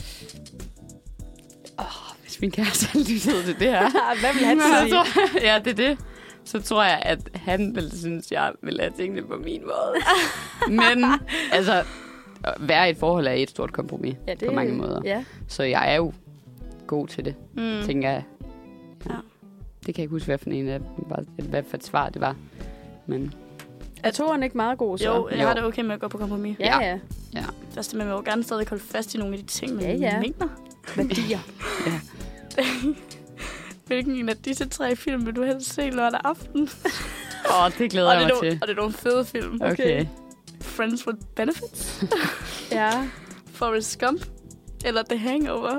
Hvis min kæreste havde lyttet til det her.
Hvad vil han sige?
Ja, det er det. Så tror jeg, at han vil synes, jeg vil have tingene på min måde. Men altså, at være i et forhold er et stort kompromis på mange måder.
Ja.
Så jeg er jo god til det, tænker jeg.
Ja.
Det kan jeg ikke huske, hvad for en af dem var, hvad for et svar det var. Men
Er 2'eren ikke meget god, så?
Jo, jeg har det okay med at gå på kompromis.
Ja.
Altså, men man vil jo gerne stadig holde fast i nogle af de ting, man mener.
Værdier.
ja.
Hvilken en af disse 3 film vil du helst se lørdag aften?
Det glæder jeg mig til.
Og det er nogle fede film.
Okay.
Friends with Benefits.
Ja.
Forrest Gump. Eller The Hangover.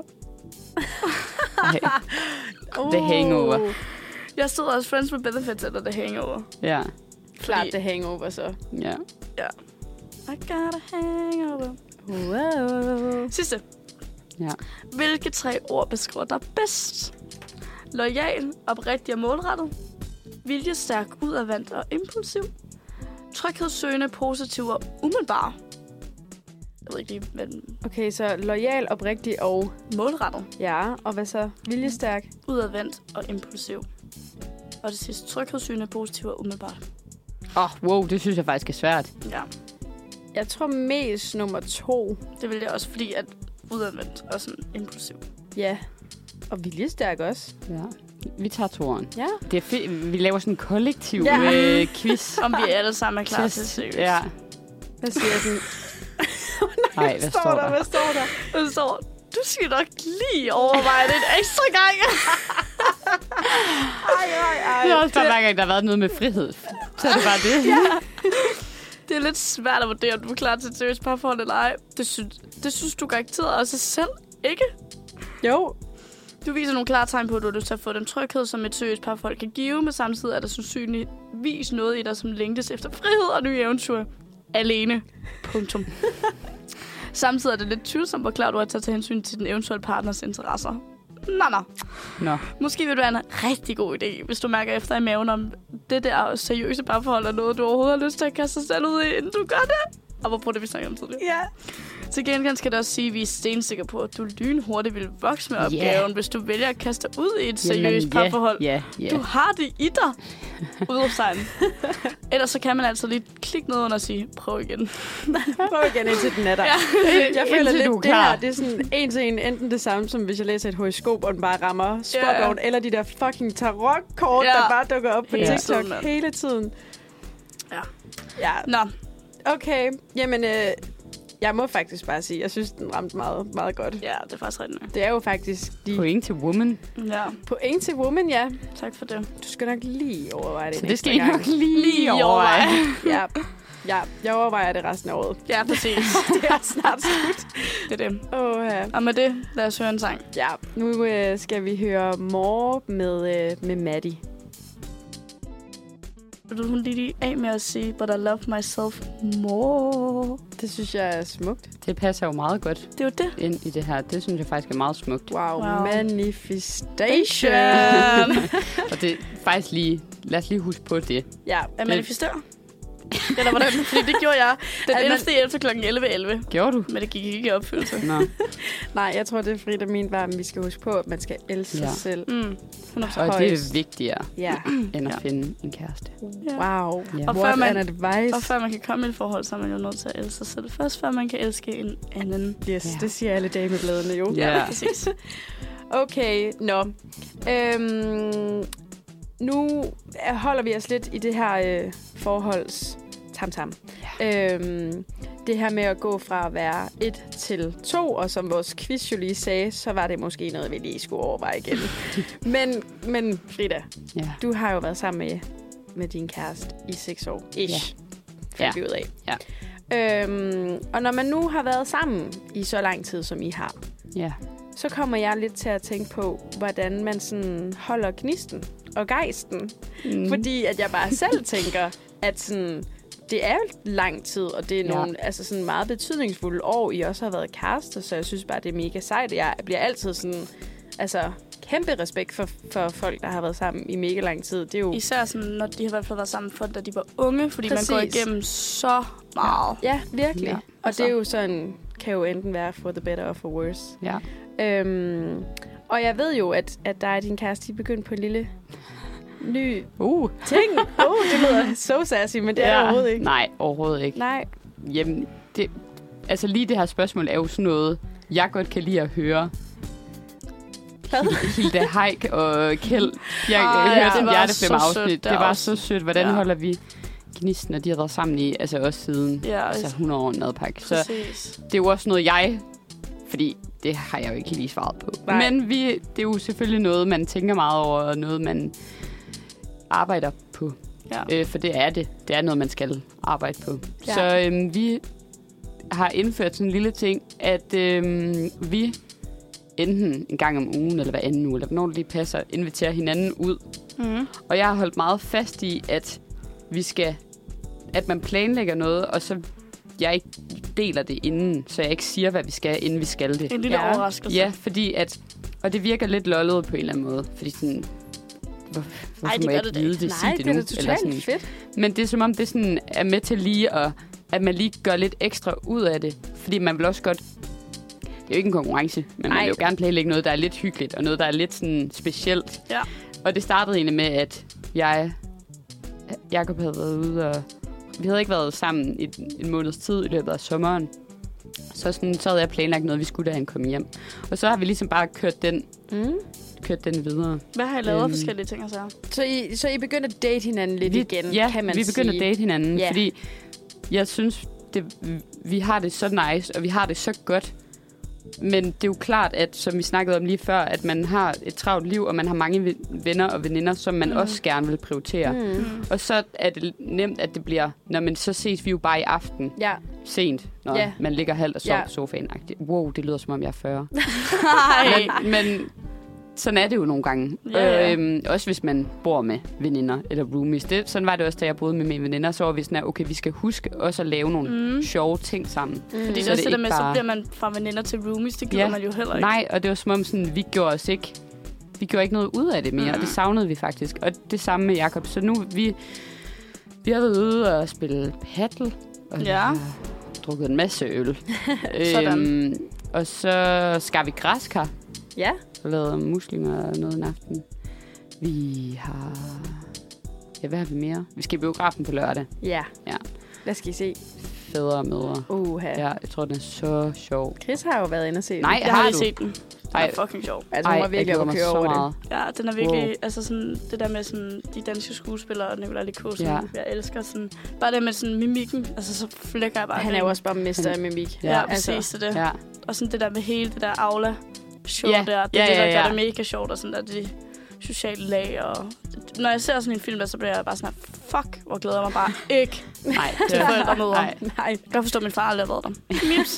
The Hangover.
Jeg sidder også Friends with Benefits eller The Hangover.
Ja.
Klart The Hangover, så.
Ja.
I got a hangover.
Wow.
Sidste.
Ja.
Hvilke 3 ord beskriver dig bedst? Loyal, oprigtig og målrettet. Viljestærk, udadvendt og impulsiv. Tryghedssøgende, positiv og umiddelbar. Jeg ved ikke lige, hvad den...
Okay, så loyal, oprigtig og...
Målrettet.
Ja, og hvad så? Viljestærk?
Udadvendt og impulsiv. Og det sidste, tryghedssøgende, positiv og umiddelbar.
Wow, det synes jeg faktisk er svært.
Ja.
Jeg tror mest nummer 2.
Det vil jeg også, fordi at udadvendt og sådan impulsiv.
Ja. Og viljestærk også.
Ja. Vi tager 2'eren.
Ja.
Det er fedt. Vi laver sådan en kollektiv quiz.
Om vi alle sammen er klar til seriøst.
Ja.
Hvad siger den?
Nej, hvad står der?
Hvad står der?
Der står, du skal nok lige overveje det en ekstra gang.
Det er også bare hver gang, der har været noget med frihed. Så er det bare det.
Ja. Det er lidt svært at vurdere, om du er klar til et seriøst parforhold eller ej. Det synes du garanteret også selv, ikke?
Jo.
Du viser nogle klare tegn på, at du har lyst til at få den tryghed, som et seriøst parforhold kan give, men samtidig er der sandsynligvis noget i dig, som længtes efter frihed og nye eventyr. Alene. Punktum. Samtidig er det lidt tvivlsomt, hvor klar du er til at tage hensyn til den eventuelle partners interesser. Nå. Måske vil det være en rigtig god idé, hvis du mærker efter i maven, om det der seriøse parforhold er noget, du overhovedet har lyst til at kaste dig selv ud i, inden du gør det. Og hvor det, vi snakker om tidligere.
Ja.
Til gengæld skal det også sige, at vi er stensikre på, at du lynhurtigt vil vokse med opgaven, hvis du vælger at kaste dig ud i et seriøst parforhold.
Yeah.
Du har det i dig. Udopstegn. Ellers så kan man altså lige klikke ned under og sige, prøv igen.
Prøv igen indtil den er der. Ja. Jeg føler lidt, det her, det er sådan en til en enten det samme, som hvis jeg læser et horoskop, og den bare rammer spot eller de der fucking tarotkort, der bare dukker op på TikTok hele tiden. Ja. Nå. Okay, jamen, jeg må faktisk bare sige, jeg synes, den ramte meget, meget godt.
Ja, det er faktisk rigtigt.
Det er jo faktisk...
Point til woman.
Ja.
Point til woman, ja.
Tak for det.
Du skal nok lige overveje det.
Så det skal I nok lige overveje.
Ja, jeg overvejer det resten af året.
Ja, præcis.
Det er snart slut.
Det er det.
Ja.
Og med det, lad os høre en sang.
Ja, nu skal vi høre More med Maddie.
Vil du lige af med at sige, but I love myself more?
Det synes jeg er smukt.
Det passer jo meget godt
det er jo det.
ind i det her. Det synes jeg faktisk er meget smukt.
Wow. Manifestation.
Og det er faktisk lige... Lad os lige huske på det.
Ja, at manifestere. Eller hvordan? Fordi det gjorde jeg den 11.11. kl. 11.11.
Gjorde du?
Men det gik ikke i opfyldelse.
Nå.
Nej, jeg tror, det er Frida min var, at vi skal huske på, at man skal elske sig selv.
100%.
Og det er vigtigere end at finde en kæreste.
Ja. Wow.
Ja.
Og
før
man kan komme i et forhold, så er man jo nødt til at elske sig selv først, før man kan elske en anden.
Yes, det siger alle damebladene jo.
Ja,
præcis.
Okay, nu holder vi os lidt i det her forholds tam-tam. Det her med at gå fra at være 1 til 2, og som vores quiz jo lige sagde, så var det måske noget, vi lige skulle overveje igen. men Frida, du har jo været sammen med din kæreste i 6 år. Ish. Fandt vi ud af.
Ja.
Og når man nu har været sammen i så lang tid, som I har, så kommer jeg lidt til at tænke på, hvordan man sådan holder gnisten og gejsten. Fordi at jeg bare selv tænker, at sådan, det er jo lang tid, og det er nogle sådan meget betydningsfulde år, I også har været kærester, så jeg synes bare, det er mega sejt. Jeg bliver altid sådan altså kæmpe respekt for folk, der har været sammen i mega lang tid. Det er jo...
Især sådan, når de har i hvert fald været sammen for, da de var unge, fordi
Præcis.
man går igennem så meget.
Ja, virkelig.
Ja.
Og det er jo sådan, kan jo enten være for the better or for worse.
Ja.
Og jeg ved jo, at der er din kæreste, de er begyndt på en lille ny ting. Det lyder så sassy, men det er det overhovedet ikke.
Nej, overhovedet ikke.
Nej.
Jamen, altså lige det her spørgsmål er jo sådan noget, jeg godt kan lide at høre. Hilda Haik og Kjeld. Jeg hørte en hjerteflemme afsnit. Det var så sødt. Hvordan holder vi gnisten, og de har været sammen i også siden 100 år madpakke. Så det er jo også noget, fordi det har jeg jo ikke lige svaret på. Nej. Men det er jo selvfølgelig noget, man tænker meget over, og noget, man arbejder på. Ja. For det er det. Det er noget, man skal arbejde på. Ja. Så vi har indført sådan en lille ting, at vi enten en gang om ugen, eller hver anden uge, eller hvornår det lige passer, inviterer hinanden ud. Mm. Og jeg har holdt meget fast i, at at man planlægger noget, og så jeg ikke deler det inden, så jeg ikke siger, hvad vi skal, inden vi skal det.
En lille overraskelse.
Ja, fordi og det virker lidt lollet på en eller anden måde, fordi sådan, hvorfor må jeg ikke vide det?
Nej, det er da totalt fedt.
Men det er som om, det sådan er med til lige at man lige gør lidt ekstra ud af det, fordi man vil også godt. Det er jo ikke en konkurrence, men man vil jo gerne planlægge noget, der er lidt hyggeligt, og noget, der er lidt sådan specielt. Ja. Og det startede egentlig med, at Jakob havde været ude, og vi havde ikke været sammen i en måneds tid i løbet af sommeren. Så havde jeg planlagt noget, vi skulle, da han kom hjem. Og så har vi ligesom bare kørt den videre.
Hvad har I lavet forskellige ting så?
Så I begynder at date hinanden lidt igen, kan man sige?
Ja, vi begynder at date hinanden, fordi jeg synes, vi har det så nice, og vi har det så godt. Men det er jo klart, at som vi snakkede om lige før, at man har et travlt liv, og man har mange venner og veninder, som man også gerne vil prioritere. Og så er det nemt, at det bliver, men så ses vi jo bare i aften. Ja. Sent, når man ligger halvt og sover på sofaen. Wow, det lyder som om jeg er 40. men sådan er det jo nogle gange. Også hvis man bor med veninder eller roomies. Sådan var det også, da jeg boede med mine veninder. Så var vi sådan, okay, vi skal huske også at lave nogle sjove ting sammen.
Fordi så det med, så bliver man fra veninder til roomies. Det gider man jo heller ikke.
Nej, og det var som om sådan, vi gjorde ikke noget ud af det mere. Og det savnede vi faktisk. Og det samme med Jakob. Så nu vi har været ude og spille paddle. Og drukket en masse øl. Og så skar vi græskar. Ja. Og lavet muslinger og noget en aften. Vi har... Ja, hvad har vi mere? Vi skal i biografen på lørdag.
Ja. Hvad skal I se?
Fædre og mødre. Ja, jeg tror, den er så sjov.
Chris har jo været inde og se den.
Nej,
jeg har lige set den. Den er fucking sjov.
Altså, hun var virkelig at køre over det.
Ja, den er virkelig... Altså sådan, det der med sådan, de danske skuespillere og Nicolai Likos, jeg elsker sådan... Bare det med sådan mimikken, altså så flækker jeg bare.
Han er jo også bare mester af mimik.
Ja, præcis det. Ja. Og sådan det der med hele det der aula show der, det er det, der gør det mega sjovt, og sådan der, de sociale lag, og når jeg ser sådan en film, der, så bliver jeg bare sådan her, fuck, hvor glæder jeg mig bare ikke til forældremøder. Nej. Jeg kan forstå, at min far aldrig har været der. Mips.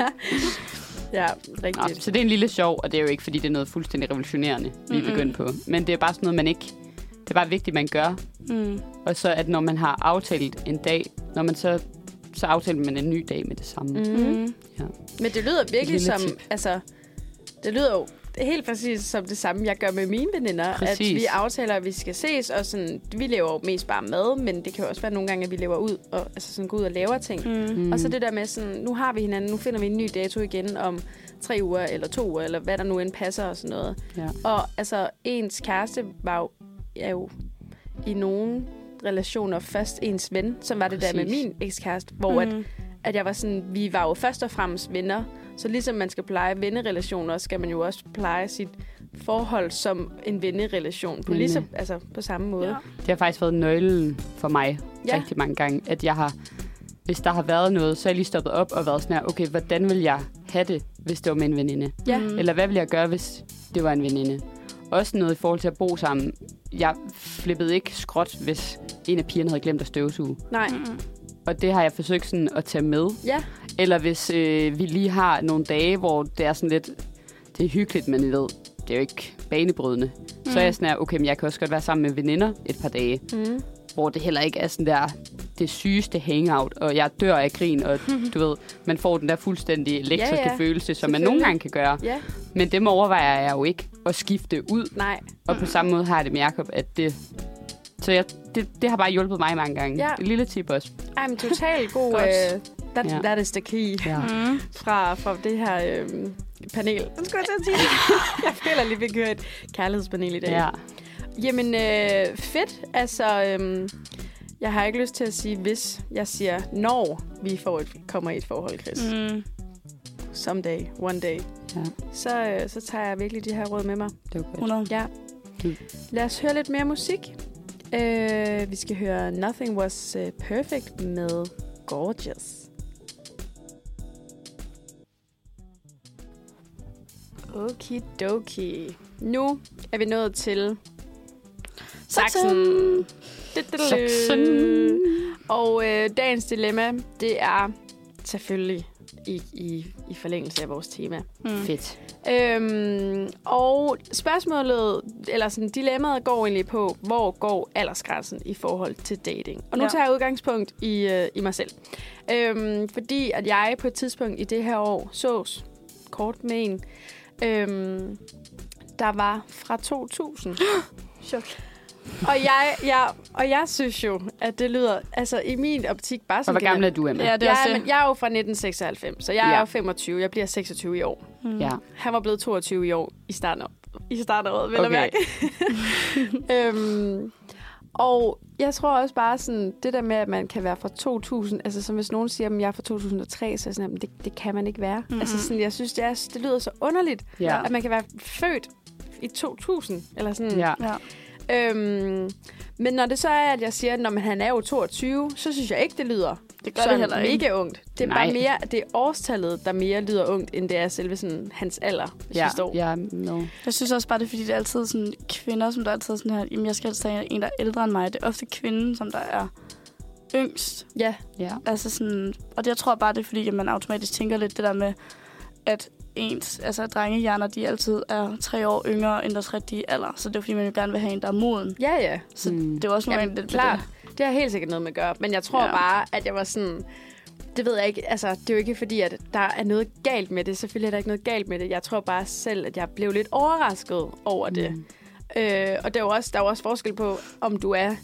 Ja, rigtigt.
Så det er en lille sjov, og det er jo ikke, fordi det er noget fuldstændig revolutionerende, vi er begyndt på. Men det er bare sådan noget, man ikke... Det er bare vigtigt, man gør. Og så, at når man har aftalt en dag, når man så aftaler man en ny dag med det samme. Ja.
Men det lyder virkelig som... Altså, det lyder jo helt præcis som det samme, jeg gør med mine veninder. Præcis. At vi aftaler, at vi skal ses, og sådan, vi laver jo mest bare mad, men det kan jo også være nogle gange, at vi lever ud og altså sådan går ud og laver ting. Og så det der med sådan, nu har vi hinanden, nu finder vi en ny dato igen om 3 uger eller 2 uger, eller hvad der nu end passer og sådan noget. Ja. Og altså, ens kæreste er jo i nogle relationer først ens ven, som var det der med min ekskæreste, hvor at jeg var sådan, vi var jo først og fremmest venner, så ligesom man skal pleje vennerelationer, skal man jo også pleje sit forhold som en vennerelation på, på samme måde. Ja.
Det har faktisk været nøglen for mig rigtig mange gange, at jeg har, hvis der har været noget, så er jeg lige stoppet op og været sådan her, okay, hvordan vil jeg have det, hvis det var med en veninde? Ja. Eller hvad vil jeg gøre, hvis det var en veninde? Også noget i forhold til at bo sammen. Jeg flippede ikke skråt, hvis en af pigerne havde glemt at støvsuge. Nej. Og det har jeg forsøgt sådan at tage med. Ja. Eller hvis vi lige har nogle dage, hvor det er sådan lidt... Det er hyggeligt, men I ved, det er jo ikke banebrydende. Så er jeg sådan her, okay, men jeg kan også godt være sammen med veninder et par dage. Hvor det heller ikke er sådan der... Det sygeste hangout, og jeg dør af grin, og du ved, man får den der fuldstændig elektriske følelse, som man nogle gange kan gøre. Ja. Men dem overvejer jeg jo ikke at skifte ud.
Nej.
Og på samme måde har jeg det med Jacob, at det... Så det har bare hjulpet mig mange gange. Ja. Et lille tip også.
Ej, men totalt god... that is the key.
Ja.
Fra det her panel. Nu skal jeg til at sige det. Jeg føler lige, vi kører et kærlighedspanel i dag.
Ja.
Jamen, fedt. Altså, jeg har ikke lyst til at sige hvis. Jeg siger, når vi kommer i et forhold, Chris. Someday, one day. Ja. Så tager jeg virkelig de her råd med mig.
Det var godt.
Ja. Lad os høre lidt mere musik. Vi skal høre Nothing Was Perfect med Gorgeous. Okidoki. Nu er vi nået til Saxen. Og dagens dilemma, det er selvfølgelig i forlængelse af vores tema.
Fedt.
Og spørgsmålet, eller sådan dilemmaet går egentlig på, hvor går aldersgrænsen i forhold til dating? Og nu tager jeg udgangspunkt i mig selv. Fordi at jeg på et tidspunkt i det her år sås kort med en, der var fra 2000.
Chok.
Og jeg synes jo, at det lyder, altså i min optik bare sådan...
Og hvor gammel er du, Emma?
Ja,
jeg er jo fra 1996, så jeg er jo 25. Jeg bliver 26 i år.
Ja.
Han var blevet 22 i år i starten af året, vil jeg mærke. Og jeg tror også bare sådan, det der med, at man kan være fra 2000, altså som hvis nogen siger, at jeg er fra 2003, så er sådan, det kan man ikke være. Altså sådan, jeg synes, det lyder så underligt, at man kan være født i 2000, eller sådan.
Ja.
Men når det så er, at jeg siger, at han er jo 22, så synes jeg ikke, det lyder mega ungt. Det er bare mere, det er årstallet, der mere lyder ungt, end det er selve sådan, hans alder, hvis vi står.
Ja, no.
Jeg synes også bare, det er fordi, det er altid sådan kvinder, som der altid er sådan her, jamen jeg skal altså have en, der er ældre end mig. Det er ofte kvinden, som der er yngst.
Ja.
Altså sådan, og det, jeg tror bare, det er fordi, at man automatisk tænker lidt det der med, at drengehjerner, de altid er 3 år yngre end deres rigtige alder. Så det er fordi, man jo gerne vil have en, der er moden.
Ja.
Så det er også noget lidt
klart. Det har helt sikkert noget med at gøre. Men jeg tror bare, at jeg var sådan... Det ved jeg ikke. Altså, det er jo ikke fordi, at der er noget galt med det. Selvfølgelig er der ikke noget galt med det. Jeg tror bare selv, at jeg blev lidt overrasket over det. Og der er jo også forskel på, om du er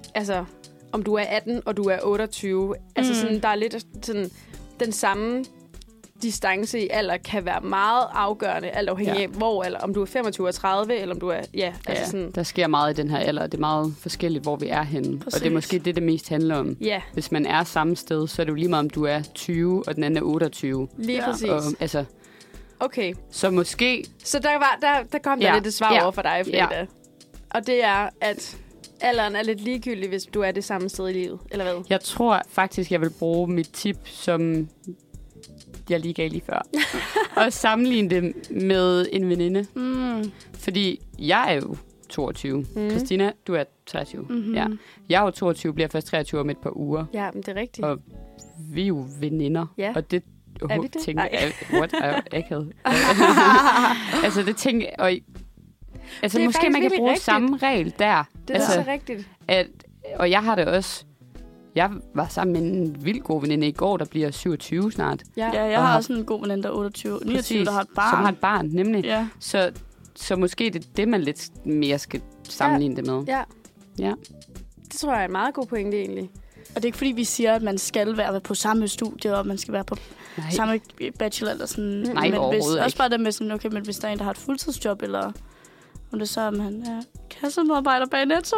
18, og du er 28. Altså, sådan, der er lidt sådan... Den samme distance i alder kan være meget afgørende, alt afhængig af hvor, eller om du er 25 og 30, eller om du er... sådan.
Der sker meget i den her alder. Det er meget forskelligt, hvor vi er henne. Præcis. Og det er måske det mest handler om.
Ja.
Hvis man er samme sted, så er det jo lige meget, om du er 20, og den anden er 28.
Lige præcis.
Og, altså,
okay.
Så måske...
Så der kom der lidt et svar over for dig, Frida. Ja. Og det er, at alderen er lidt ligegyldig, hvis du er det samme sted i livet, eller hvad?
Jeg tror faktisk, jeg vil bruge mit tip som... jeg lige gav lige før. Og sammenligne det med en veninde. Fordi jeg er jo 22. Christina, du er 23. Ja. Jeg er jo 22, bliver først 23 om et par uger.
Ja, men det er rigtigt.
Og vi er jo veninder.
Ja.
Og det...
Er vi det?
Tænker, what? Jeg havde. Altså, det tænker... Altså, det måske man kan bruge samme regel der.
Det er så rigtigt.
Og jeg har det også... Jeg var sammen med en vildt god veninde i går, der bliver 27 snart.
Ja, jeg har også en god veninde, der er 29, der har et barn.
Som har et barn, nemlig.
Ja.
Så måske det er det, man lidt mere skal sammenligne det med. Ja.
Det tror jeg er en meget god pointe, egentlig.
Og det er ikke, fordi vi siger, at man skal være på samme studie, og man skal være på samme bachelor eller sådan.
Nej, men overhovedet ikke.
Også bare det med sådan, okay, men hvis der er en, der har et fuldtidsjob, eller om det så, om han er kassemedarbejder bag Netto,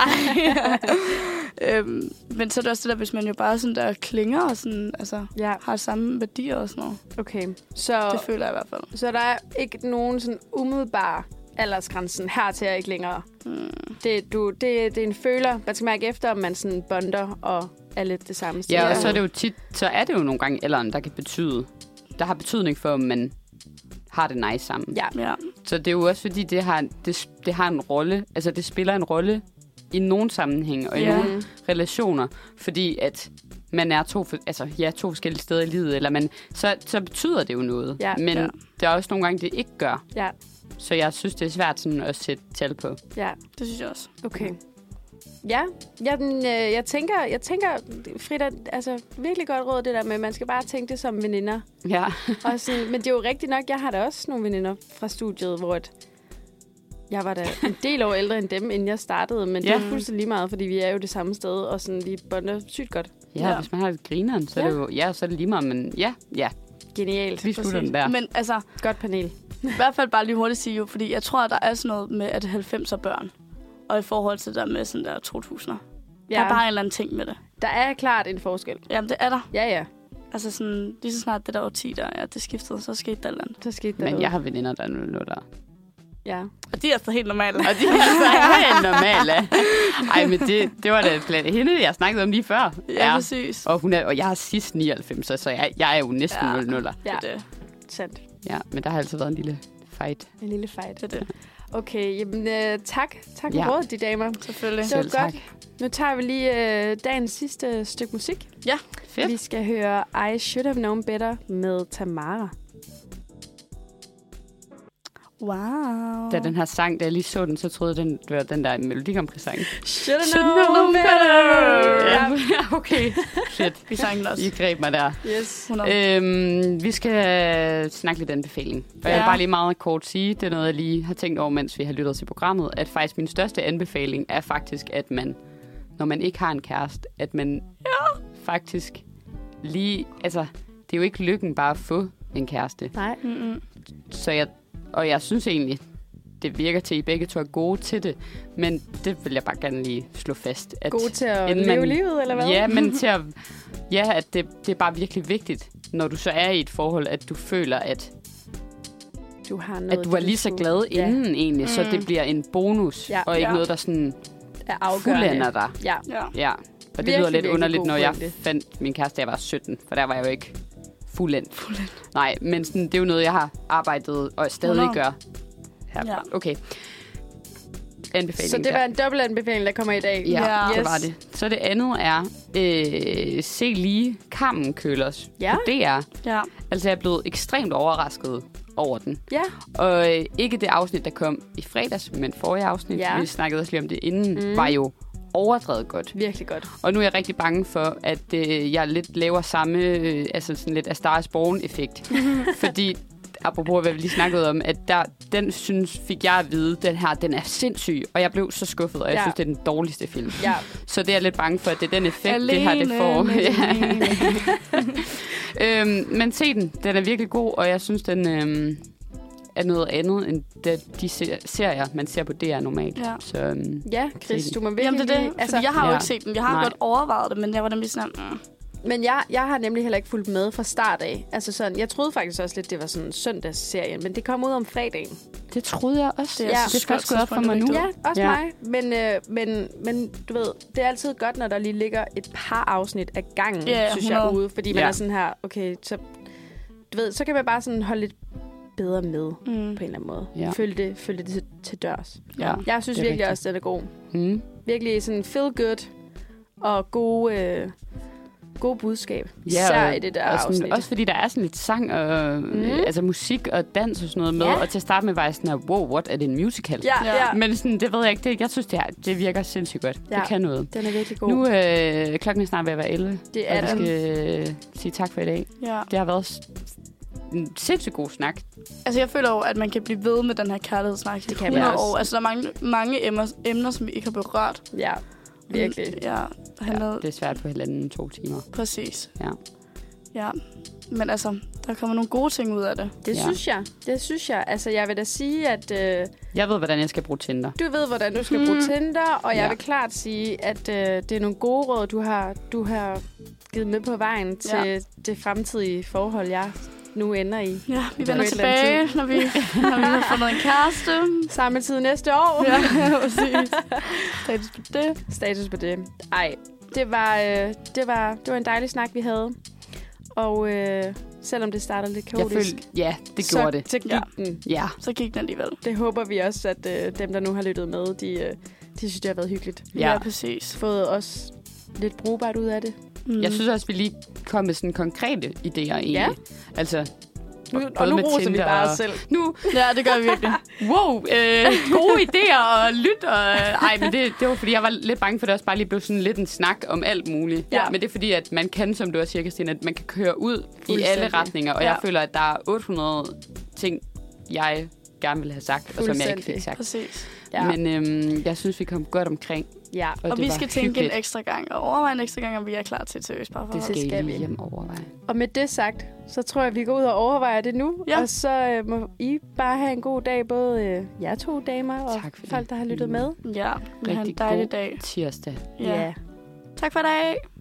men så er det også det der, hvis man jo bare sådan der klinger og sådan, altså har samme værdier og sådan noget.
Okay. Så,
det føler jeg i hvert fald.
Så der er ikke nogen sådan umiddelbar aldersgrænsen hertil er ikke længere. Det er en føler. Man skal mærke efter, om man sådan bonder og er lidt det samme sted.
Ja, og så er det jo så er det jo nogle gange alderen, der har betydning for, om man har det nice sammen.
Ja.
Så det er jo også fordi, det har en rolle, altså det spiller en rolle i nogle sammenhæng og i nogle relationer, fordi at man er to forskellige steder i livet, eller så betyder det jo noget. Ja. Men der er også nogle gange, det ikke gør. Ja. Så jeg synes, det er svært sådan at sætte tal på.
Ja,
det synes jeg også.
Okay. Ja, jeg tænker, Frida, altså virkelig godt råd det der med, at man skal bare tænke det som veninder.
Ja.
Og sådan, men det er jo rigtigt nok, jeg har da også nogle veninder fra studiet, hvor jeg var da en del år ældre end dem, inden jeg startede, men det er fuldstændig lige meget, fordi vi er jo det samme sted, og sådan, vi bonder sygt godt.
Ja, hvis man har et grineren, så er det jo, så er det lige meget, men ja.
Genialt.
Vi slutter den der.
Men altså,
godt panel.
I hvert fald bare lige hurtigt sige jo, fordi jeg tror, at der er sådan noget med, at 90'er børn, og i forhold til der med sådan der 2000'er. Ja. Der er bare en eller anden ting med det.
Der er klart en forskel.
Jamen, det er der.
Ja.
Altså sådan, lige så snart det der årti der, det skiftede, så skete der andet.
Så skete der
Men
noget.
jeg har veninder, der er der.
Ja. Og de er altså helt normale.
Og de er altså helt normale. Ej, men det var da hende, jeg snakkede om lige før.
Ja, præcis.
Og jeg har sidst 99, så jeg er jo næsten 0-0'er.
Ja, det er
sandt.
Ja, men der har altid været en lille fight.
En lille fight.
Det er det.
Okay, jamen tak. Tak for rådet, de damer.
Selvfølgelig.
Det var godt. Tak. Nu tager vi lige dagens sidste stykke musik.
Ja,
fedt.
Vi skal høre I Should Have Known Better med Tamara.
Wow.
Da den her sang, da jeg lige så den, så troede jeg, det var den der Melodi Grand Prix-sang.
Should have known better.
Ja, okay. Fedt.
Vi sang den også.
I greb mig der.
Yes.
Vi skal snakke lidt anbefaling. Og jeg vil bare lige meget kort sige, det er noget, jeg lige har tænkt over, mens vi har lyttet til programmet, at faktisk min største anbefaling er faktisk, at man, når man ikke har en kæreste, at man faktisk lige, altså, det er jo ikke lykken bare at få en kæreste.
Nej.
Så jeg synes egentlig, det virker til, at I begge to er gode til det. Men det vil jeg bare gerne lige slå fast. At
gode til at leve livet, eller hvad?
Ja, men til at, at det er bare virkelig vigtigt, når du så er i et forhold, at du føler, at
du har noget,
at du er lige så glad inden egentlig, så det bliver en bonus, og ikke noget, der sådan
er
fuldender dig.
Ja.
Og det lyder lidt underligt, når jeg fandt min kæreste, jeg var 17, for der var jeg jo ikke fuldendt. Nej, men sådan, det er jo noget, jeg har arbejdet og stadig gør. Ja. Okay. Anbefaling.
Så det var en dobbelt anbefaling, der kommer i dag.
Ja, det var det. Så det andet er, se lige Carmen Køhlers på DR. Ja. Altså, jeg er blevet ekstremt overrasket over den. Ja. Og ikke det afsnit, der kom i fredags, men forrige afsnit, vi snakkede også lige om det inden, var jo overdrevet godt.
Virkelig godt.
Og nu er jeg rigtig bange for, at jeg lidt laver samme, altså sådan lidt A Star is Born-effekt. Fordi, apropos hvad vi lige snakkede om, at den fik jeg at vide, den er sindssyg. Og jeg blev så skuffet, og jeg synes, det er den dårligste film. Ja. Så det er jeg lidt bange for, at det er den effekt, alene, det får. Men se den. Den er virkelig god, og jeg synes, den er noget andet, end de serier, man ser på DR normalt.
Ja,
så,
Chris, du må virkelig...
det. Altså, jeg har jo ikke set den. Jeg har godt overvejet det, men jeg var nemlig sådan...
Men jeg har nemlig heller ikke fulgt med fra start af. Altså sådan, jeg troede faktisk også lidt, det var sådan en søndagsserie, men det kom ud om fredagen.
Det troede jeg også. Det skal sgu op for mig nu.
Ja, også mig. Men du ved, det er altid godt, når der lige ligger et par afsnit af gangen, synes jeg, ude. Fordi man er sådan her, okay, så, du ved, så kan man bare sådan holde lidt bedre med på en eller anden måde. Ja. Følge det til dørs. Ja, jeg synes virkelig rigtigt. Også, det er god. Virkelig sådan feel good og god budskab. Især i det der afsnit.
Også fordi der er sådan lidt sang og altså musik og dans og sådan noget med. Og til at starte med var jeg sådan her, wow, what, er det en musical? Ja. Men sådan, det ved jeg ikke. Jeg synes, det virker sindssygt godt. Ja. Det kan noget.
Den er virkelig god.
Nu klokken er snart ved at være 11.
Det er
og vi skal sige tak for i dag. Ja. Det har været en sindssygt god snak.
Altså, jeg føler jo, at man kan blive ved med den her kærlighedssnak.
Det kan vi også.
Altså, der er mange emner, som vi ikke har berørt.
Ja. Virkelig.
Det er svært på 1,5-2 timer.
Præcis. Ja. Men altså, der kommer nogle gode ting ud af det.
Det synes jeg. Altså, jeg vil da sige, at...
jeg ved, hvordan jeg skal bruge Tinder.
Du ved, hvordan du skal bruge Tinder, og jeg vil klart sige, at det er nogle gode råd, du har givet med på vejen til det fremtidige forhold, jeg nu ender i.
Ja, vi vender tilbage, når vi har fundet en kæreste.
Samme tid næste år.
Ja, præcis.
Status på det. Ej, det var en dejlig snak, vi havde. Og selvom det startede lidt kaotisk.
Det gjorde det.
Så gik den.
Ja, så gik den alligevel.
Det håber vi også, at dem, der nu har lyttet med, de synes, det har været hyggeligt.
Ja, præcis.
Fået også lidt brugbart ud af det.
Jeg synes også, vi lige kom med sådan konkrete idéer egentlig. Ja. Altså,
Nu roser vi bare os selv.
Nu,
Ja, det gør vi virkelig.
wow, gode idéer og lyt. Men det var, fordi jeg var lidt bange for, at det også bare lige blev sådan lidt en snak om alt muligt.
Ja.
Men det er fordi, at man kan, som du også siger, Christine, at man kan køre ud i alle retninger. Og jeg føler, at der er 800 ting, jeg gerne ville have sagt, og som jeg ikke fik sagt.
Præcis.
Ja. Men jeg synes, vi kom godt omkring.
Ja.
Og vi skal tænke en ekstra gang, og overveje en ekstra gang, om vi er klar til seriøst bare for.
Det skal vi hjem overveje.
Og med det sagt, så tror jeg, vi går ud og overvejer det nu.
Ja.
Og så må I bare have en god dag, både jer 2 damer og folk, der har lyttet med.
Ja, vi har en dejlig dag.
Tirsdag.
Ja. Tak for i dag.